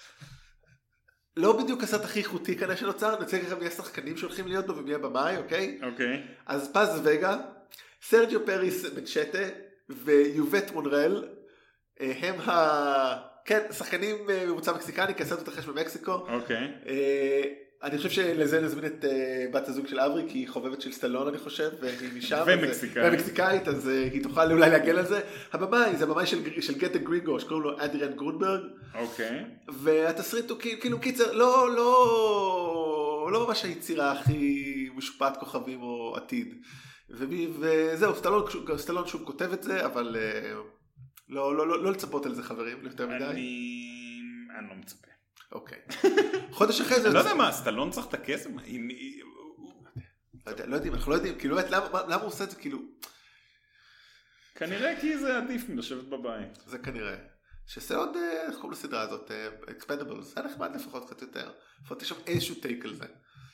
לא בדיוק הסרט הכי איכותי כאן שנוצר, אני רוצה להגיד מי השחקנים שהולכים להיות בו ומי הבמאי, אוקיי? אוקיי. אז פז וגה, סרג'יו פריס בנצ'טה ויובט מונרל, הם כן, שחקנים ממוצא מקסיקני, כי הסרט מתרחש במקסיקו. אוקיי. אני חושב שלזה נזמין את בת הזוג של אברי, כי היא חובבת של סטלון, אני חושב, והיא משם. ומקסיקאית, אז היא תוכל אולי להגן על זה. הבמאי, זה הבמאי של גטה גרינגו, שקוראים לו אדריאן גרונברג. אוקיי. והתסריט הוא כאילו קיצר, לא ממש היצירה הכי מושפעת כוכבים או עתיד. וזהו, סטלון שוב כותב את זה, אבל לא לצפות על זה חברים, יותר מדי. אני לא מצפה. אוקיי. חודש אחרי זה... אני לא יודע מה, סטלון צריך את הכסף? לא יודעים, אנחנו לא יודעים, כאילו, למה הוא עושה את זה, כאילו... כנראה כי זה עדיף מלשבת בבית. זה כנראה. שעושה עוד, איך קוראים לסדרה הזאת, Expendables, זה נחמד לפחות קצת יותר. לפחות יש שם איזשהו טייק על זה.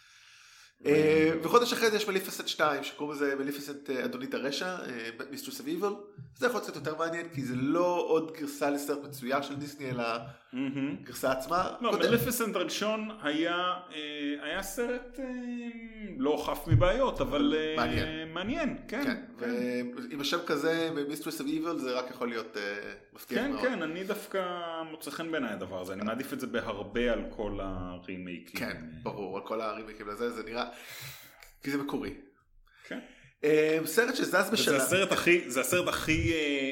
וחודש אחרי זה יש מליפיסנט 2, שקוראים לזה מליפיסנט אדונית הרשע, מיסטרס אוף איבל. זה יכול להיות קצת יותר מעניין, כי זה לא עוד גרסה לסרט מצויר של דיסני, אלא גרסה עצמה. לא, מליפיסנט הראשון היה סרט לא חף מבעיות, אבל מעניין, כן. ועם השם כזה, מיסטרס אוף איבל, זה רק יכול להיות מפתיע מאוד. כן, אני דווקא מוצא חן בעיניי הדבר הזה, אני מעדיף את זה בהרבה על כל הרימייקים. כן, ברור, על כל הרימייקים לזה, זה נראה, כי זה מקורי. כן. סרט שזז בשנה. זה הסרט הכי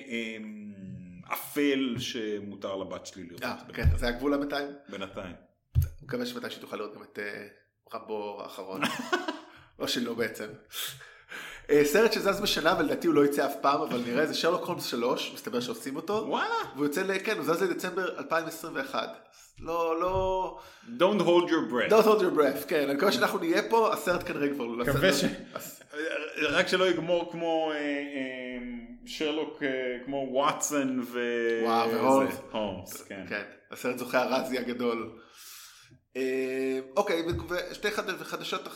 אפל שמותר לבת שלי לראות. כן, זה הגבול הבינתיים? בינתיים. מקווה שמתי שתוכל לראות גם את רמבו האחרון. או שלא בעצם. סרט שזז בשנה, ולדעתי הוא לא יצא אף פעם, אבל נראה, זה שרלוק הולמס 3, מסתבר שעושים אותו. וואלה. והוא יוצא, כן, הוא זז לדצמבר 2021. לא... Don't hold your breath. Don't hold your breath, כן. אני מקווה שאנחנו נהיה פה, הסרט כנראה כבר לא... מקווה רק שלא יגמור כמו שרלוק, כמו וואטסון והולמס. כן, הסרט זוכה הרזי הגדול. אוקיי, ושתי חדשות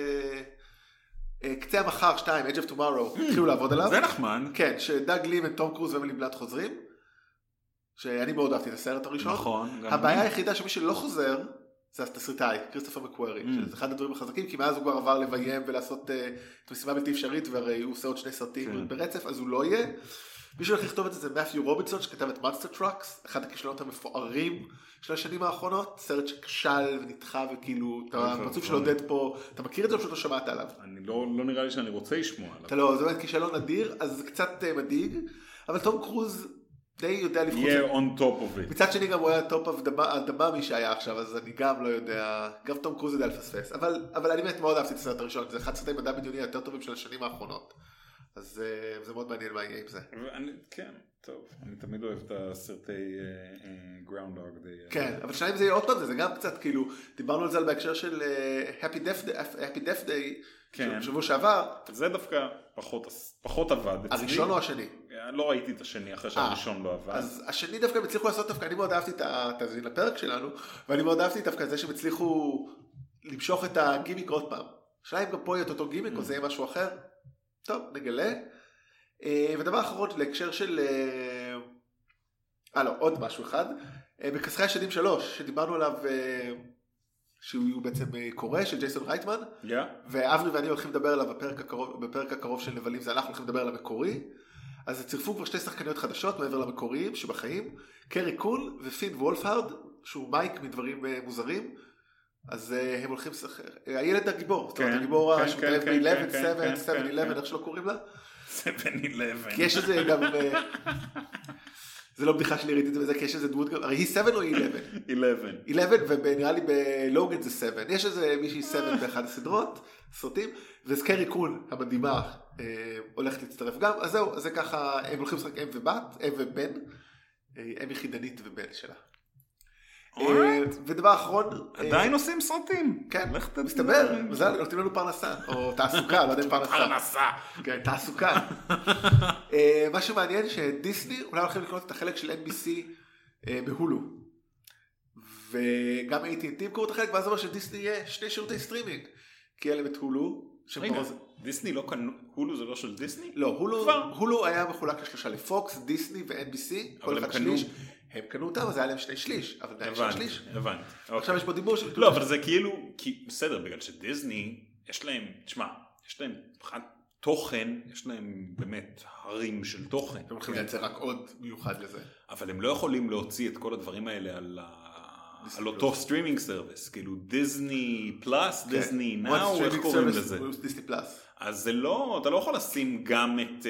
קצה המחר 2, Edge of Tomorrow, התחילו לעבוד עליו. זה נחמד. כן, שדאג לי וטום קרוז ואמילי בלנט חוזרים. שאני מאוד אהבתי את הסרט הראשון. נכון. הבעיה היחידה שמי שלא חוזר, זה התסריטאי, כריסטופר מקווירי, שזה אחד הדברים החזקים, כי מאז הוא כבר עבר לביים ולעשות את המשימה בלתי אפשרית, והרי הוא עושה עוד 2 סרטים ברצף, אז הוא לא יהיה. מי שהולך לכתוב את זה מת'יו רובינסון, שכתב את מאנסטר טראקס, אחד הכישלונות המפוארים של השנים האחרונות, סרט שכשל ונדחה וכאילו, אתה פרצוף של עודד פה, אתה מכיר את זה או פשוט לא שמעת עליו? אני לא נראה לי שאני רוצה לשמוע עליו. אתה לא, זה באמת כישלון אדיר, אז זה קצת מדאיג, אבל טום קרוז די יודע לבחור. יהיה on top of it. מצד שני גם הוא היה טופ אדמה מי שהיה עכשיו, אז אני גם לא יודע, גם טום קרוז יודע לפספס, אבל אני באמת מאוד אהבתי את הסרט הראשון, זה אחד סרטי מדע בדיוני יותר טובים של השנים האחרונות, אז זה מאוד מעניין מה יהיה עם זה. כן, טוב, אני תמיד אוהב את הסרטי Groundhog Day. כן, אבל שניים זה יהיה עוד פעם, זה גם קצת כאילו, דיברנו על זה בהקשר של Happy Death Day, שבוע שעבר. זה דווקא פחות עבד. הראשון או השני? לא ראיתי את השני אחרי שהראשון לא עבד. אז השני דווקא הם הצליחו לעשות דווקא, אני מאוד אהבתי את התאזין לפרק שלנו, ואני מאוד אהבתי דווקא את זה שהם הצליחו למשוך את הגימיק עוד פעם. השאלה אם גם פה יהיה את אותו גימיק או זה יהיה משהו אחר. טוב, נגלה. ודבר אחרון להקשר של... לא, עוד משהו אחד. בכסחי השדים 3, שדיברנו עליו, שהוא בעצם קורא, של ג'ייסון רייטמן, ואברי ואני הולכים לדבר עליו בפרק הקרוב של נבלים, זה אנחנו הולכים לדבר על המקורי. אז צירפו כבר 2 שחקניות חדשות מעבר למקוריים שבחיים, קרי קול ופין וולפהרד, שהוא מייק מדברים מוזרים, אז הם הולכים לשחק, הילד הגיבור, זאת אומרת הגיבור שמתאהב ב-11, 7-11, איך שלא קוראים לה? 7-11. כי יש איזה גם, זה לא בדיחה שלי ראיתי את זה בזה, כי יש איזה דמות גם, הרי היא 7 או היא 11? 11, ונראה לי בלוגן זה 7, יש איזה מישהי 7 באחד הסדרות, סרטים, וסקרי קול המדהימה הולכת להצטרף גם, אז זהו, זה ככה, הם הולכים לשחק אם ובת, אם ובן, אם יחידנית ובן שלה. ודבר אחרון, עדיין עושים סרטים. כן, מסתבר, נותנים לנו פרנסה, או תעסוקה, לא יודע אם פרנסה. כן, תעסוקה. מה שמעניין שדיסני אולי הולכים לקנות את החלק של NBC בהולו. וגם AT&T קוראים את החלק, ואז אומר שדיסני יהיה 2 שירותי סטרימינג. כי יהיה להם את הולו. רגע, דיסני לא קנו, הולו זה לא של דיסני? לא, הולו היה מחולק ל3, לפוקס, דיסני ו-NBC, כל אחד שליש. הם קנו אותם, אז היה להם 2/3, אבל די 2/3. הבנתי. עכשיו יש פה דיבור של... לא, אבל זה כאילו, בסדר, בגלל שדיסני, יש להם, תשמע, יש להם תוכן, יש להם באמת הרים של תוכן. הם הולכים לייצר רק עוד מיוחד לזה. אבל הם לא יכולים להוציא את כל הדברים האלה על אותו סטרימינג סרוויס, כאילו דיסני פלאס, דיסני נאו, איך קוראים לזה? דיסני פלאס. אז זה לא, אתה לא יכול לשים גם את...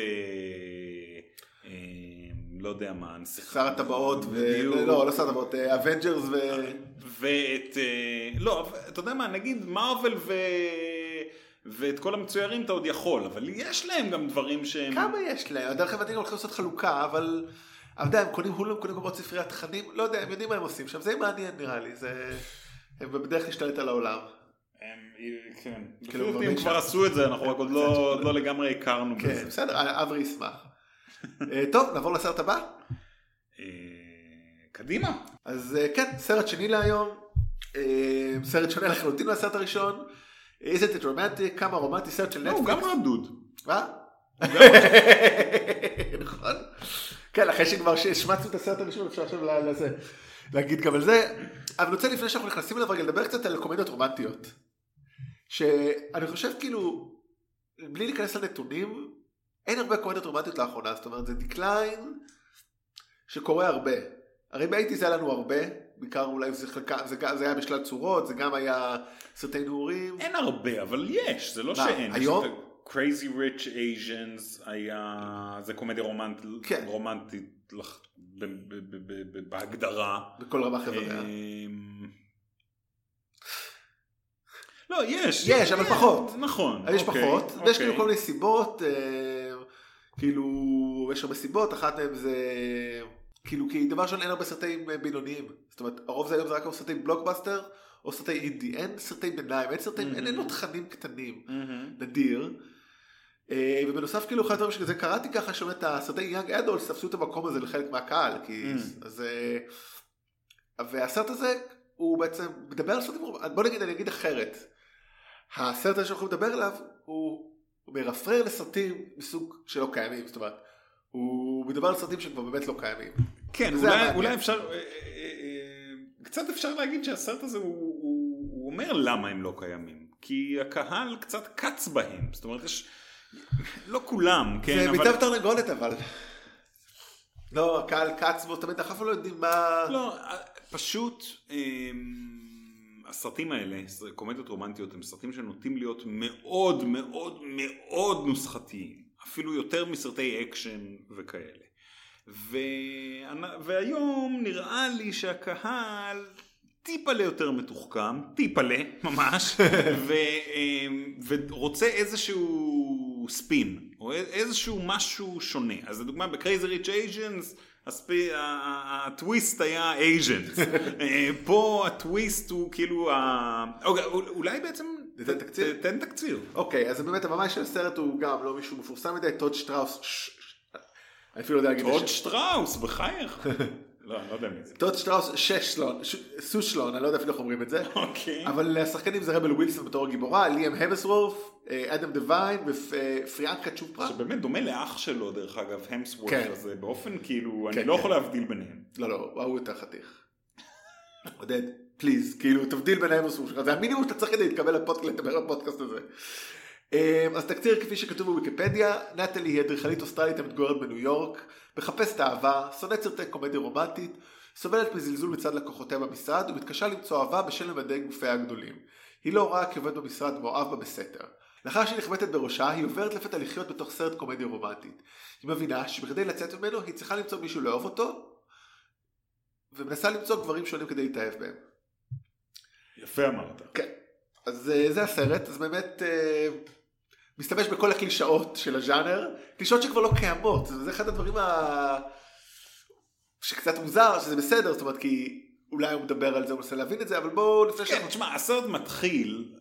לא יודע מה, שר הטבעות, לא שר הטבעות, אבנג'רס ואת, לא, אתה יודע מה, נגיד מרוול ואת כל המצוירים אתה עוד יכול, אבל יש להם גם דברים שהם... כמה יש להם? דרך אגב, הולכים לעשות חלוקה, אבל הם קונים הולו, הם קונים גם עוד ספריית תכנים, לא יודע, הם יודעים מה הם עושים שם, זה מעניין נראה לי, הם בדרך להשתלט על העולם. כן, הם כבר עשו את זה, אנחנו רק עוד לא לגמרי הכרנו בזה. כן, בסדר, אברי ישמח. טוב, נעבור לסרט הבא. קדימה. אז כן, סרט שני להיום. סרט שונה לחלוטין מהסרט הראשון. Is it romantic? כמה רומנטי, סרט של נטפליקס. הוא גם רדוד. מה? נכון. כן, אחרי שכבר השמצנו את הסרט הראשון, אפשר עכשיו להגיד גם על זה. אבל אני רוצה לפני שאנחנו נכנסים אליו רגע לדבר קצת על קומדיות רומנטיות. שאני חושב כאילו, בלי להיכנס לנתונים, אין הרבה קומדיות רומנטיות לאחרונה, זאת אומרת, זה דקליין שקורה הרבה. הרי באיתי זה היה לנו הרבה, בעיקר אולי זה היה בשלל צורות, זה גם היה סרטי נעורים. אין הרבה, אבל יש, זה לא שאין. היום? Crazy Rich Asians היה, זה קומדיה רומנטית בהגדרה. בכל רמה חבריה. לא, יש. יש, אבל פחות. נכון. יש פחות, ויש כאילו כל מיני סיבות, כאילו, יש הרבה סיבות, אחת מהם זה, כאילו, כי דבר ראשון אין הרבה סרטים בינוניים, זאת אומרת, הרוב זה היום זה רק סרטי בלוקבאסטר, או סרטי אינדי, אין סרטי ביניים, אין עוד תכנים קטנים, נדיר, ובנוסף כאילו אחד הדברים שזה קראתי ככה, שאומרת, הסרטי יאנג אדולס תפסו את המקום הזה לחלק מהקהל, אז, והסרט הזה, הוא בעצם מדבר על סרטים, בוא נגיד, אני אגיד אחרת, הסרט הזה שאנחנו מדבר עליו, הוא מרפרר לסרטים מסוג שלא קיימים, זאת אומרת, הוא מדבר על סרטים שכבר באמת לא קיימים. כן, אולי אפשר, קצת אפשר להגיד שהסרט הזה הוא אומר למה הם לא קיימים, כי הקהל קצת קץ בהם, זאת אומרת, יש, לא כולם, כן, זה ביטב תרנגולת אבל. לא, הקהל קץ בו, תמיד אנחנו לא יודעים מה... לא, פשוט, הסרטים האלה, קומדיות רומנטיות, הם סרטים שנוטים להיות מאוד מאוד מאוד נוסחתיים, אפילו יותר מסרטי אקשן וכאלה. והיום נראה לי שהקהל טיפלה יותר מתוחכם, טיפלה ממש, ורוצה איזשהו ספין, או איזשהו משהו שונה. אז לדוגמה, ב-Crazy Rich Asians, הטוויסט היה Asians. פה הטוויסט הוא כאילו, אולי בעצם תן תקציר. אוקיי, אז באמת הממש של הסרט הוא גם לא מישהו מפורסם מדי, טוד שטראוס, אני אפילו לא יודע להגיד... טוד שטראוס, בחייך. לא, אני לא יודע מי זה. טוד שטראוס, סושלון, אני לא יודע אפילו איך אומרים את זה. אוקיי. אבל השחקנים זה רבל ווילסון בתור הגיבורה, ליאם המסוורף, אדם דיוויין ופריאנקה צ'ופרה. שבאמת דומה לאח שלו, דרך אגב, המסוורף כן. הזה, באופן כאילו, כן, אני לא כן. יכול להבדיל ביניהם. לא, הוא יותר חתיך. עודד, פליז, כאילו, תבדיל ביניהם הסור שלך, זה המינימום שאתה צריך כדי להתקבל לדבר בפודקאסט הזה. אז תקציר כפי שכתוב בוויקיפדיה, נטלי היא אדריכלית אוסטרלית המתגוררת בניו יורק, מחפשת אהבה, שונאת סרטי קומדיה רומנטית, סובלת מזלזול מצד לקוחותיה במשרד, ומתקשה למצוא אהבה בשל ממדי גופיה הגדולים. היא לא רואה כעובד במשרד מאוהב בה בסתר. לאחר שהיא נחבטת בראשה, היא עוברת לפתע לחיות בתוך סרט קומדיה רומנטית. היא מבינה שבכדי לצאת ממנו, היא צריכה למצוא מישהו לאהוב אותו, ומנסה למצוא גברים שונים כדי להתאהב בהם. יפה אמרת. כן. אז זה הסרט, אז באמת מסתמש בכל הקלישאות של הז'אנר, קלישאות שכבר לא קיימות, זה אחד הדברים שקצת מוזר, שזה בסדר, זאת אומרת, כי אולי הוא מדבר על זה, הוא מנסה להבין את זה, אבל בואו לפני כן, תשמע, הסרט מתחיל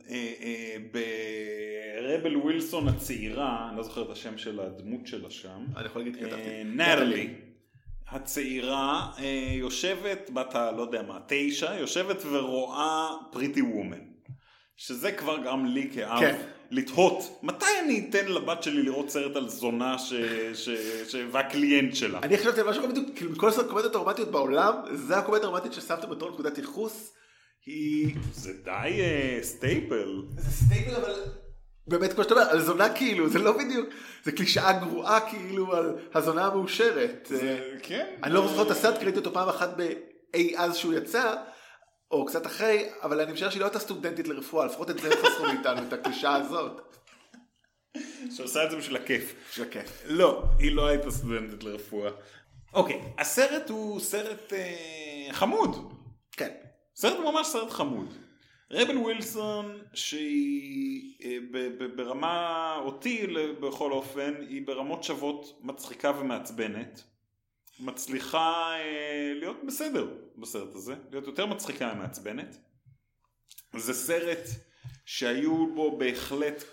ברבל ווילסון הצעירה, אני לא זוכר את השם של הדמות שלה שם, אני יכול להגיד כתבתי. נטלי. הצעירה יושבת, בת לא יודע מה, 9, יושבת ורואה פריטי וומן. שזה כבר גם לי כאב כן. לתהות, מתי אני אתן לבת שלי לראות סרט על זונה והקליינט שלה? אני חשבתי על משהו בדיוק, כאילו מכל הקומדיות הרומנטיות בעולם, זה הקומדיה הרומנטית ששמתם בתור נקודת ייחוס, היא... זה די סטייפל. זה סטייפל, אבל באמת כמו שאתה אומר, על זונה כאילו, זה לא בדיוק, זה קלישאה גרועה כאילו על הזונה המאושרת. כן. אני לא זוכר את הסרט, קראתי אותו פעם אחת באי אז שהוא יצא, או קצת אחרי, אבל אני משער שהיא לא הייתה סטודנטית לרפואה, לפחות את זה הם חסרו מאיתנו, את הקלישאה הזאת. שעושה את זה בשביל הכיף. בשביל הכיף. לא, היא לא הייתה סטודנטית לרפואה. אוקיי, הסרט הוא סרט חמוד. כן. סרט הוא ממש סרט חמוד. רבל ווילסון, שהיא ברמה אותי בכל אופן, היא ברמות שוות מצחיקה ומעצבנת. מצליחה להיות בסדר בסרט הזה, להיות יותר מצחיקה ומעצבנת. זה סרט שהיו בו בהחלט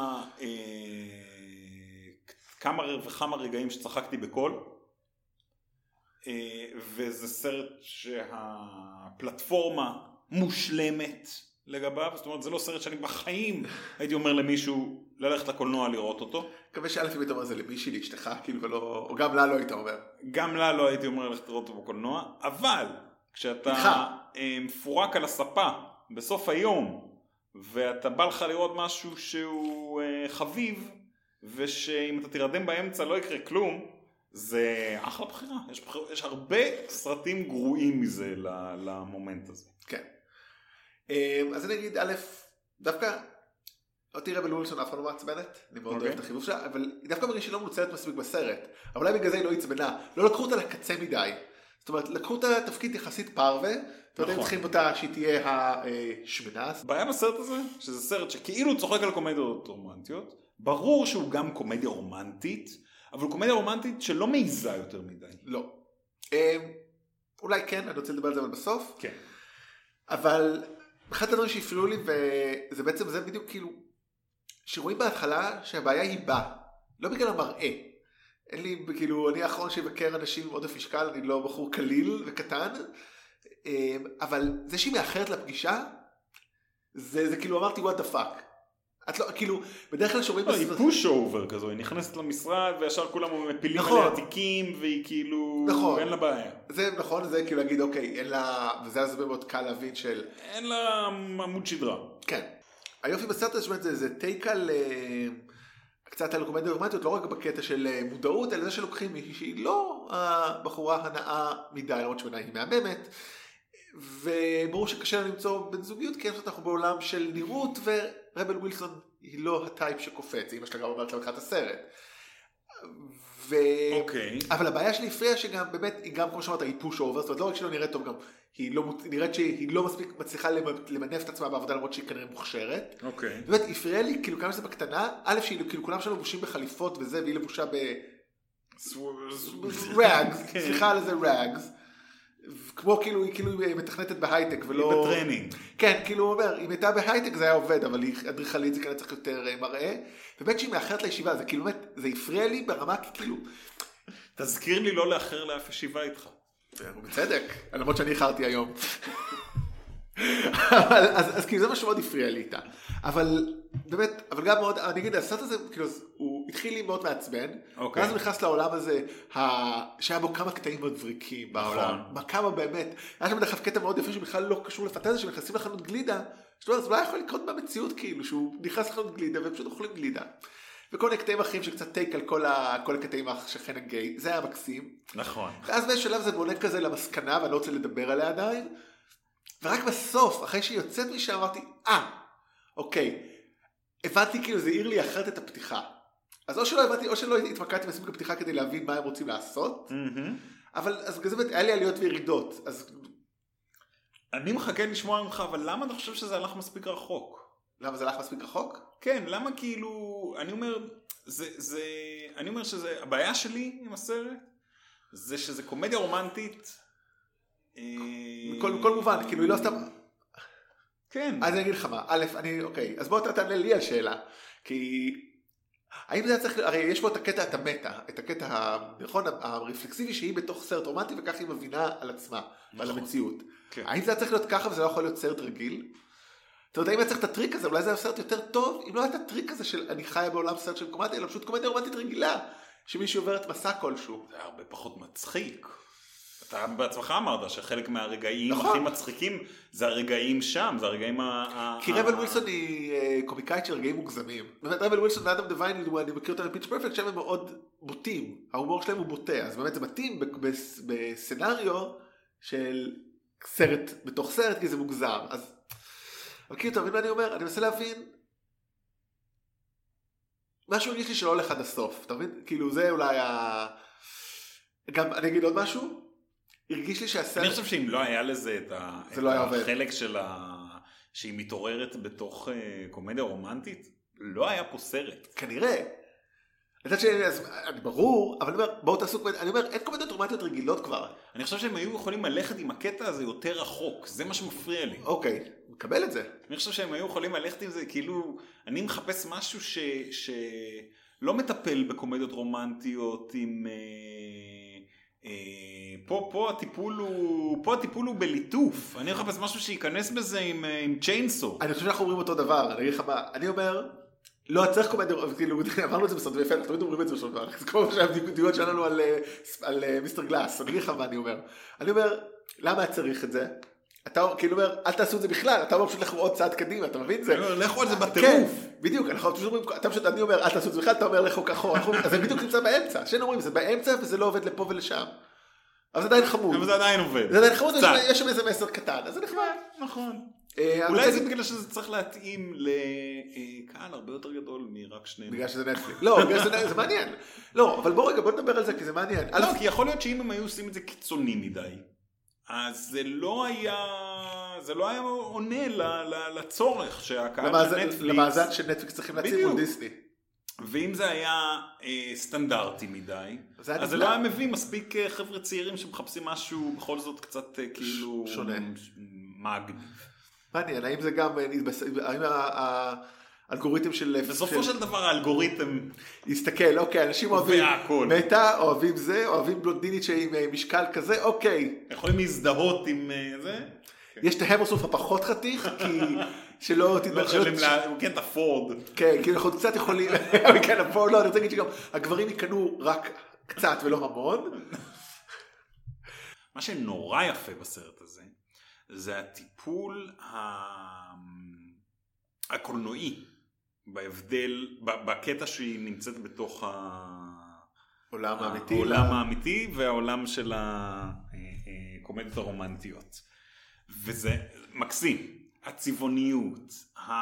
כמה וכמה רגעים שצחקתי בקול, וזה סרט שהפלטפורמה מושלמת לגביו, זאת אומרת זה לא סרט שאני בחיים הייתי אומר למישהו ללכת לקולנוע לראות אותו. מקווה שאלף אם היית אומר זה למישהי לאשתך, כאילו, ולא, או גם לה לא היית אומר. גם לה לא הייתי אומר ללכת לראות אותו בקולנוע, אבל כשאתה מפורק על הספה בסוף היום, ואתה בא לך לראות משהו שהוא חביב, ושאם אתה תירדם באמצע לא יקרה כלום, זה אחלה בחירה. יש הרבה סרטים גרועים מזה למומנט הזה. כן. אז אני אגיד, א', דווקא, אותי רבל ווילסון אף אחד לא מעצבנת, אני מאוד אוהב את החיבוב שלה, אבל דווקא מרגיש שהיא לא מנוצלת מספיק בסרט, אבל אולי בגלל זה היא לא עצבנה, לא לקחו אותה לקצה מדי, זאת אומרת, לקחו אותה תפקיד יחסית פרווה, אתה יודע, צריכים אותה שהיא תהיה השמנה. הבעיה בסרט הזה, שזה סרט שכאילו צוחק על קומדיות רומנטיות, ברור שהוא גם קומדיה רומנטית, אבל קומדיה רומנטית שלא מעיזה יותר מדי. לא. אולי כן, אני רוצה לדבר על זה אבל בסוף. כן. אבל אחד הדברים שהפריעו לי, וזה בעצם, זה בדיוק כאילו, שרואים בהתחלה שהבעיה היא בה, לא בגלל המראה. אין לי, כאילו, אני האחרון שיבקר אנשים עם עודף משקל, אני לא בחור קליל וקטן, אבל זה שהיא מאחרת לפגישה, זה כאילו אמרתי, what the fuck. את לא, כאילו, בדרך כלל שומעים... לא, היא פוש אובר כזו, היא נכנסת למשרד, וישר כולם מפילים עליה תיקים, והיא כאילו... נכון. אין לה בעיה. זה נכון, זה כאילו להגיד, אוקיי, אין לה... וזה אז מאוד קל להבין של... אין לה עמוד שדרה. כן. היופי בסרט הזה, זה טייק על... קצת על קומדיה רומנטיות, לא רק בקטע של מודעות, אלא זה שלוקחים מישהי שהיא לא הבחורה הנאה מדי, למרות שבעיניי היא מהממת, וברור שקשה לה למצוא בן זוגיות, כי אנחנו בעולם של נראות, ורבל ווילסון היא לא הטייפ שקופץ, אמא שלה גם אומרת לה לקחת הסרט. אוקיי. אבל הבעיה שלי הפריעה שגם באמת, היא גם כמו שאמרת, היא פוש אובר, זאת אומרת לא רק שהיא לא נראית טוב, גם היא נראית שהיא לא מספיק מצליחה למנף את עצמה בעבודה, למרות שהיא כנראה מוכשרת. אוקיי. באמת, הפריעה לי, כאילו כמה שזה בקטנה, א' שהיא, כאילו כולם שלנו לבושים בחליפות וזה, והיא לבושה רגס, סליחה על איזה רגס. כמו כאילו, היא כאילו מתכנתת בהייטק ולא... היא בטרנינג. כן, כאילו הוא אומר, אם הייתה בהייטק זה היה עובד, אבל היא אדריכלית, זה כנראה צריך יותר מראה. ובאמת שהיא מאחרת לישיבה, זה כאילו באמת, זה הפריע לי ברמה, כי כאילו, תזכיר לי לא לאחר לאף ישיבה איתך. בצדק, למרות שאני איחרתי היום. אז כאילו זה מה שמאוד הפריע לי איתה. אבל באמת, אבל גם מאוד, אני אגיד, הסרט הזה, כאילו, הוא התחיל לי מאוד מעצבן, ואז הוא נכנס לעולם הזה, שהיה בו כמה קטעים מאוד מבריקים בעולם. כמה באמת, היה שם דרך קטע מאוד יפה שבכלל לא קשור לפנטזיה, שנכנסים לחנות גלידה, שאתה אומר, זה לא יכול לקרות במציאות כאילו, שהוא נכנס לחנות גלידה והם פשוט אוכלים גלידה. וכל מיני קטעים אחרים שקצת טייק על כל הקטעים שכן הגיי, זה היה מקסים. נכון. ואז בשלב זה בונה כזה למסקנה, ואני לא רוצה לדבר עליה עדיין, ורק בסוף, אחרי שהיא יוצאת משם, אמרתי, אוקיי, הבנתי כאילו זה העיר לי אחרת את הפתיחה. אז או שלא הבנתי, או שלא התמקדתי מספיק בפתיחה כדי להבין מה הם רוצים לעשות, אבל אז בגלל זה היה לי עליות וירידות. אז אני מחכה לשמוע ממך, אבל למה אתה חושב שזה הלך מספיק רחוק? למה זה הלך מספיק רחוק? כן, למה כאילו, אני אומר שזה, הבעיה שלי עם הסרט, זה שזה קומדיה רומנטית. בכל מובן, כאילו היא לא סתם. כן. אז אני אגיד לך מה, אוקיי, אז בוא תענה לי על שאלה, כי האם זה צריך, הרי יש פה את הקטע, את המטה, את הקטע הנכון, הרפלקסיבי שהיא בתוך סרט רומנטי, וכך היא מבינה על עצמה ועל המציאות. האם זה צריך להיות ככה וזה לא יכול להיות סרט רגיל? זאת אומרת, האם היה צריך את הטריק הזה, אולי זה היה סרט יותר טוב, אם לא היה את הטריק הזה של אני חיה בעולם סרט של קומדיה, אלא פשוט קומדיה רומנטית רגילה, שמישהו עובר את מסע כלשהו. זה הרבה פחות מצחיק. אתה בעצמך אמרת שחלק מהרגעים הכי מצחיקים זה הרגעים שם, זה הרגעים כי רבל ווילסון היא קומיקאית של רגעים מוגזמים. באמת רבל ווילסון ואדם דיוויין, אני מכיר אותם בפיץ' פרפקט, שהם הם מאוד בוטים. ההומור שלהם הוא בוטה, אז באמת זה מתאים בסצנריו של סרט בתוך סרט, כי זה מוגזם. אז כאילו, אתה מבין מה אני אומר? אני מנסה להבין משהו הרגיש לי שלא הולך עד הסוף. אתה מבין? כאילו זה אולי גם אני אגיד עוד משהו? הרגיש לי שהסרט... אני חושב שאם לא היה לזה את החלק של שהיא מתעוררת בתוך קומדיה רומנטית, לא היה פה סרט. כנראה. אני ברור, אבל אני אומר, בואו תעשו, אני אומר, אין קומדיות רומנטיות רגילות כבר. אני חושב שהם היו יכולים ללכת עם הקטע הזה יותר רחוק, זה מה שמפריע לי. אוקיי, מקבל את זה. אני חושב שהם היו יכולים ללכת עם זה, כאילו, אני מחפש משהו שלא מטפל בקומדיות רומנטיות עם... פה הטיפול הוא בליטוף. אני מחפש משהו שיכנס בזה עם צ'יינסו. אני חושב שאנחנו אומרים אותו דבר, אני אגיד לך מה, אני אומר, לא צריך קומדיה, כאילו, אמרנו את זה בסרט ויפה, אנחנו תמיד אומרים את זה בסרט, זה כמו שהדיון שלנו על מיסטר גלאס, אני אגיד לך מה אני אומר. אני אומר, למה צריך את זה? אתה כאילו אומר, אל תעשו את זה בכלל, אתה אומר פשוט לכו עוד צעד קדימה, אתה מבין זה? לכו על זה בטירוף. בדיוק, אני אומר, אל תעשו את זה בכלל, אתה אומר לכו כחור, אז זה בדיוק נמצא באמצע, שני אומרים, זה באמצע וזה לא עובד לפה ולשם. אבל זה עדיין חמוד. אבל זה עדיין עובד. זה עדיין חמוד, יש שם איזה מסר קטן, אז זה נחמד. נכון. אולי זה בגלל שזה צריך להתאים לקהל הרבה יותר גדול מרק שנינו. בגלל שזה נטפליקס. לא, בגלל שזה מעניין. לא, אבל בוא נדבר על זה, כי זה מעניין. לא, כי יכול להיות שאם הם היו עושים את זה קיצוני מדי, אז זה לא היה עונה לצורך שהקהל של נטפליקס... למאזן של נטפליקס צריכים להציב מול דיסני. ואם זה היה סטנדרטי מדי, אז זה לא היה מביא מספיק חבר'ה צעירים שמחפשים משהו בכל זאת קצת כאילו... שונה. מגניב. מעניין, האם זה גם... האם האלגוריתם של... בסופו של דבר האלגוריתם... יסתכל, אוקיי, אנשים אוהבים מטה, אוהבים זה, אוהבים בלונדינית שעם משקל כזה, אוקיי. יכולים להזדהות עם זה? יש את ההמרסוף הפחות חתיך, כי שלא תתבחר... הוא כן תפורד. כן, כי אנחנו קצת יכולים... כן, הפורד, לא, אני רוצה להגיד שגם הגברים יקנו רק קצת ולא המון. מה שנורא יפה בסרט הזה, זה הטיפול הקולנועי, בהבדל, בקטע שהיא נמצאת בתוך העולם האמיתי והעולם של הקומדיות הרומנטיות. וזה מקסים, הצבעוניות,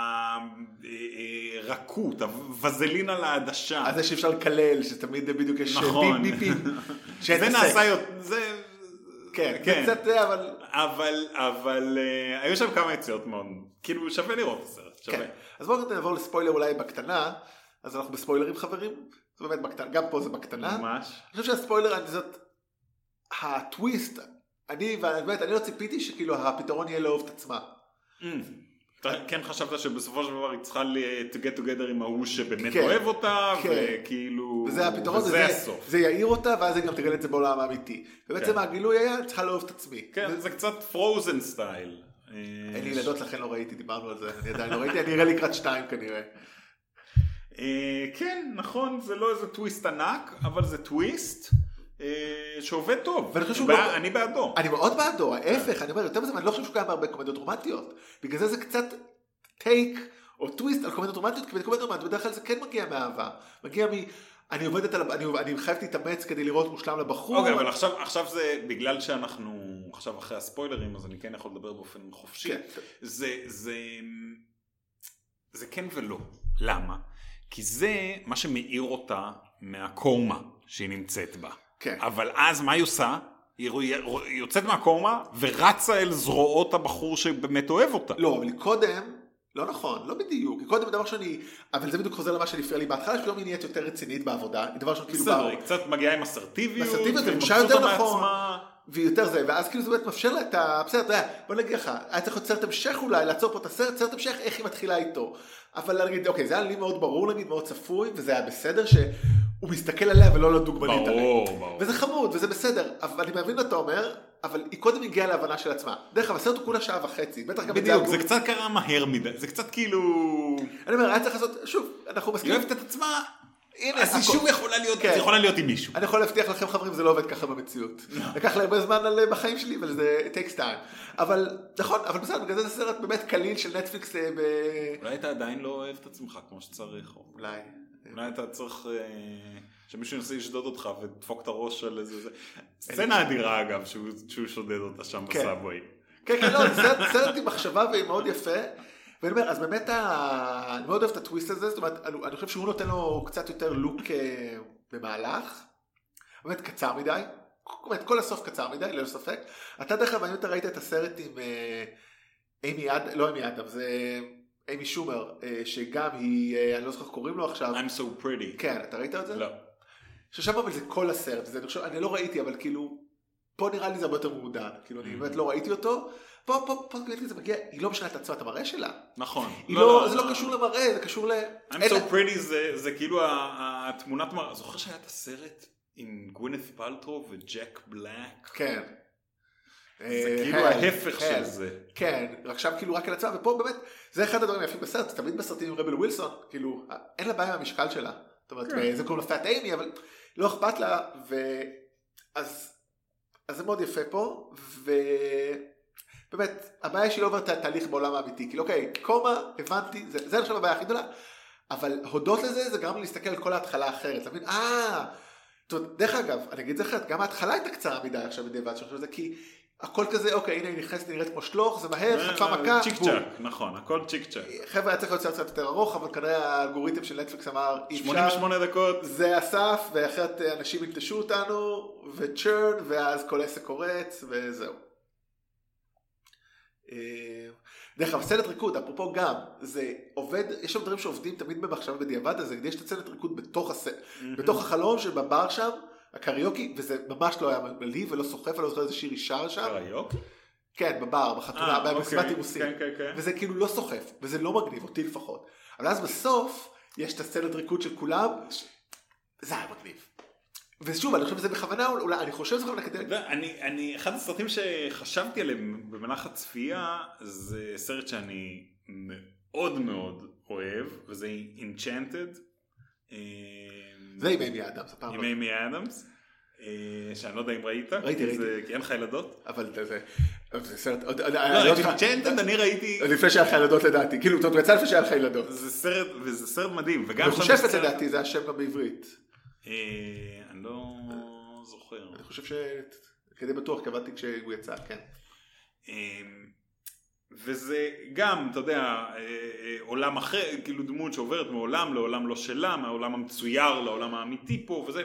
הרכות, הווזלין על העדשה. אז זה שאפשר לקלל, שתמיד בדיוק יש ביפים. זה נעשה, זה... כן, קצת זה, אבל היו שם כמה יציאות מאוד, כאילו שווה לראות את הסרט, שווה. אז בואו נעבור לספוילר אולי בקטנה, אז אנחנו בספוילרים חברים, זה באמת בקטנה, גם פה זה בקטנה. ממש. אני חושב שהספוילר, זאת, הטוויסט, אני לא ציפיתי שכאילו הפתרון יהיה לאהוב את עצמה. אתה כן חשבת שבסופו של דבר היא צריכה to get together עם ההוא שבאמת אוהב אותה, וכאילו... וזה הפתרון, זה יעיר אותה, ואז היא גם תגלה את זה בעולם האמיתי. ובעצם הגילוי היה, צריכה לאהוב את עצמי. כן, זה קצת פרוזן סטייל. אין לי ילדות, לכן לא ראיתי, דיברנו על זה, אני עדיין לא ראיתי, אני אראה לקראת 2 כנראה. כן, נכון, זה לא איזה טוויסט ענק, אבל זה טוויסט שעובד טוב. אני בעדו. אני מאוד בעדו, ההפך, אני אומר, יותר מזה, אני לא חושב שהוא קיים בהרבה קומדיות רומנטיות. בגלל זה קצת טייק או טוויסט על קומדיות רומנטיות, כי בקומדיות רומנטיות בדרך כלל זה כן מגיע מאהבה. מגיע אני חייבת להתאמץ כדי לראות מושלם לבחור. אוקיי, אבל עכשיו זה, בגלל שאנחנו עכשיו אחרי הספוילרים, אז אני כן יכול לדבר באופן חופשי. זה כן ולא. למה? כי זה מה שמאיר אותה מהקומה שהיא נמצאת בה. כן. אבל אז מה היא עושה? היא יוצאת מהקומה ורצה אל זרועות הבחור שבאמת אוהב אותה. לא, אבל קודם, לא נכון, לא בדיוק. קודם דבר שאני, אבל זה בדיוק חוזר למה שהפריע לי בהתחלה, שפתאום היא נהיית יותר רצינית בעבודה. היא דבר שכאילו בסדר, היא קצת מגיעה עם אסרטיביות. ומבקשת יותר נכון. והיא יותר זה, ואז כאילו זה באמת מאפשר לה את בסדר, אתה יודע, בוא נגיד לך, היה צריך להיות סרט המשך אולי, לעצור פה את הסרט, סרט המשך, איך היא מתחילה איתו. אבל נגיד, אוקיי, זה היה לי מאוד ברור, נגיד, מאוד צפוי, וזה היה בסדר שהוא מסתכל עליה ולא לדוגמנית עליה. ברור. וזה חמוד, וזה בסדר, אבל אני מבין מה אתה אומר, אבל היא קודם הגיעה להבנה של עצמה. דרך אגב, הסרט הוא כולה 1.5 שעות, בטח גם בדיוק, זה קצת קרה מהר מדי, זה קצת כאילו... אני אומר, היה צריך לעשות, שוב, אנחנו מסכימים. היא אוהבת את עצמה, אז היא שוב יכולה להיות עם מישהו. אני יכול להבטיח לכם חברים, זה לא עובד ככה במציאות. לקח לי הרבה זמן בחיים שלי, אבל זה takes time. אבל נכון, אבל בסדר, בגלל זה סרט באמת קליל של נטפליקס. אולי אתה עדיין לא אוהב את עצמך כמו שצריך. אולי אתה צריך שמישהו ינסה לשדוד אותך ודפוק את הראש על איזה... סצנה אדירה אגב, שהוא שודד אותה שם בסאבווי. כן, לא, זה סרט עם מחשבה והיא מאוד יפה. ואני אומר, אז באמת, אני מאוד אוהב את הטוויסט הזה, זאת אומרת, אני חושב שהוא נותן לו קצת יותר לוק במהלך, באמת קצר מדי, כל הסוף קצר מדי, ללא ספק. אתה דרך כלל, אתה ראית את הסרט עם לא אמי אדם, זה אמי שומר, שגם היא, אני לא זוכר איך קוראים לו עכשיו. I'm so pretty. כן, אתה ראית את זה? לא. ששם אבל זה כל הסרט, אני לא ראיתי, אבל כאילו, פה נראה לי זה הרבה יותר מעודד, כאילו אני באמת לא ראיתי אותו, פה זה מגיע, היא לא משנה את עצמה, את המראה שלה. נכון. זה לא קשור למראה, זה קשור I'm so pretty זה כאילו התמונת מראה, זוכר שהיה את הסרט עם גווינת' פלטרו וג'ק בלק? כן. זה כאילו ההפך של זה. כן, רק שם כאילו רק על עצמה, ופה באמת, זה אחד הדברים היפים בסרט, תמיד בסרטים עם רבל ווילסון, כאילו, אין לה בעיה מהמשקל שלה. זאת אומרת, זה קוראים לה פאט אימי, אבל לא אכפת לה, אז זה מאוד יפה פה, ובאמת, הבעיה שהיא לא עוברת תהליך בעולם האמיתי, כאילו אוקיי, קומה, הבנתי, זה עכשיו הבעיה הכי גדולה, אבל הודות לזה, זה גם להסתכל על כל ההתחלה האחרת, להבין, דרך אגב, אני אגיד את זה אחרת, גם ההתחלה הייתה קצרה מדי עכשיו בדיעבד, שאני חושב שזה כי הכל כזה, אוקיי, הנה היא נכנסת, נראית כמו שלוח, זה מהר, חטפה מכה, צ'יק צ'ק, נכון, הכל צ'יק צ'ק. חבר'ה, היה צריך להיות קצת יותר ארוך, אבל כנראה האלגוריתם של נטפליקס אמר, 88 דקות. זה הסף, ואחרת אנשים ינטשו אותנו, וצ'רן, ואז כל עסק קורץ, וזהו. דרך אגב, סצנת ריקוד, אפרופו גם, זה עובד, יש שם דברים שעובדים תמיד במחשבה בדיעבד, אז יש את סצנת ריקוד בתוך החלום שבבר שם, הקריוקי, וזה ממש לא היה מלהי ולא סוחף, ולא זוכר איזה שיר ישר שם. קריוקי? כן, בבר, בחתונה, במסיבת אירוסין. כן. וזה כאילו לא סוחף, וזה לא מגניב, אותי לפחות. אבל אז בסוף, יש את הסצנת ריקוד של כולם, זה היה מגניב. ושוב, אני חושב שזה בכוונה, אולי, אני חושב שזה בכוונה כדי... אחד הסרטים שחשבתי עליהם במהלך הצפייה, זה סרט שאני מאוד מאוד אוהב, וזה Enchanted. זה עם אמי אדמס, הפעם עם אמי אדמס, שאני לא יודע אם ראית. ראיתי. כי אין לך ילדות. אבל זה סרט... לא, Enchanted אני ראיתי... לפני שהיה לך ילדות לדעתי, כאילו, הוא יצא לפני שהיה לך ילדות. זה סרט מדהים. אני חושבת לדעתי, זה השם גם בעברית. אני לא זוכר. אני חושב שכדי בטוח קבעתי כשהוא יצא, כן. וזה גם, אתה יודע, עולם אחר, כאילו דמות שעוברת מעולם לעולם לא שלה, מהעולם המצויר לעולם האמיתי פה וזה,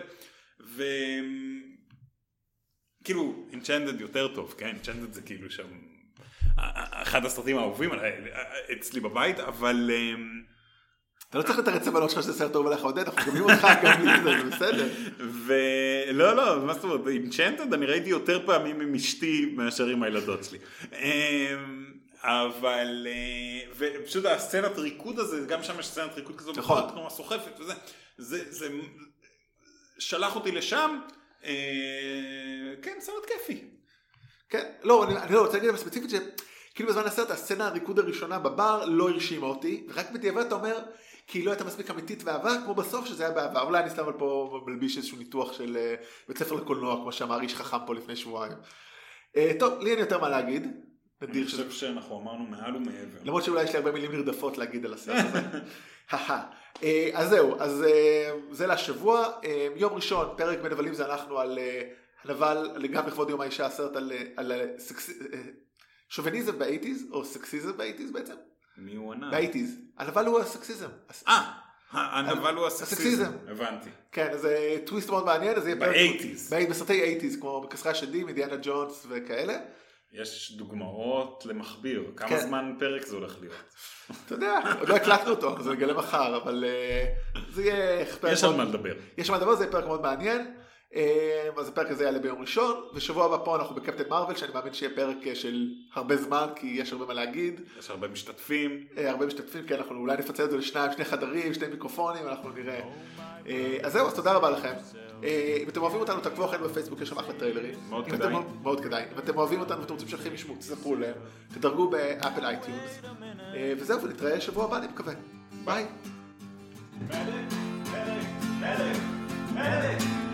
וכאילו, Enchanted יותר טוב, כן? Enchanted זה כאילו שם, אחד הסרטים האהובים אצלי בבית, אבל... אתה לא צריך לתרץ הבנות שלך שזה סרט טוב עליך עודד, אנחנו גמים אותך גם בלי זה, בסדר. לא, מה זאת אומרת, Enchanted אני ראיתי יותר פעמים עם אשתי מאשר עם הילדות שלי. אבל, ופשוט הסצנת ריקוד הזה, גם שם יש סצנת ריקוד כזו, נכון. כמו הסוחפת וזה, זה שלח אותי לשם, כן, סרט כיפי. כן, לא, אני לא רוצה להגיד בספציפית שכאילו בזמן הסרט, הסצנה הריקוד הראשונה בבר לא הרשימה אותי, ורק בדיעבד אתה אומר, כי היא לא הייתה מספיק אמיתית ועבר, כמו בסוף שזה היה בעבר. אולי אני סתם אבל פה מלביש איזשהו ניתוח של בית ספר לקולנוע, כמו שאמר איש חכם פה לפני שבועיים. טוב, לי אין יותר מה להגיד. אני חושב שאנחנו אמרנו מעל ומעבר. למרות שאולי יש לי הרבה מילים נרדפות להגיד על הסרט הזה. אז זהו, אז זה לשבוע. יום ראשון, פרק מנבלים זה אנחנו על הנבל, גם לכבוד יום האישה, הסרט על שוביניזם ב-80s, או סקסיזם ב-80s בעצם. מי הוא ענה? ב-80s. הנבל הוא הסקסיזם. הנבל הוא הסקסיזם. הבנתי. כן, זה טוויסט מאוד מעניין. ב-80s. בסרטי 80s, כמו בקסרי השדים, אינדיאנה ג'ונס וכאלה. יש דוגמאות למכביר. כמה זמן פרק זה הולך להיות? אתה יודע, עוד לא הקלטנו אותו, אז אני אגלה מחר, אבל זה יהיה... יש על מה לדבר. יש על מה לדבר, זה יהיה פרק מאוד מעניין. אז הפרק הזה יעלה ביום ראשון, ושבוע הבא פה אנחנו בקפטן מרוול, שאני מאמין שיהיה פרק של הרבה זמן, כי יש הרבה מה להגיד. יש הרבה משתתפים. הרבה משתתפים, כי אנחנו אולי נפצל את זה לשני חדרים, 2 מיקרופונים, אנחנו נראה. אז זהו, אז תודה רבה לכם. אם אתם אוהבים אותנו, תעקבו אחרינו בפייסבוק, יש שם אחלה טריילרים. מאוד כדאי. מאוד כדאי. אם אתם אוהבים אותנו ואתם רוצים שאחרים ישמעו, תספרו להם, תדרגו באפל אייטיונס. וזהו, ונתראה שבוע הבא, אני מקווה. ביי.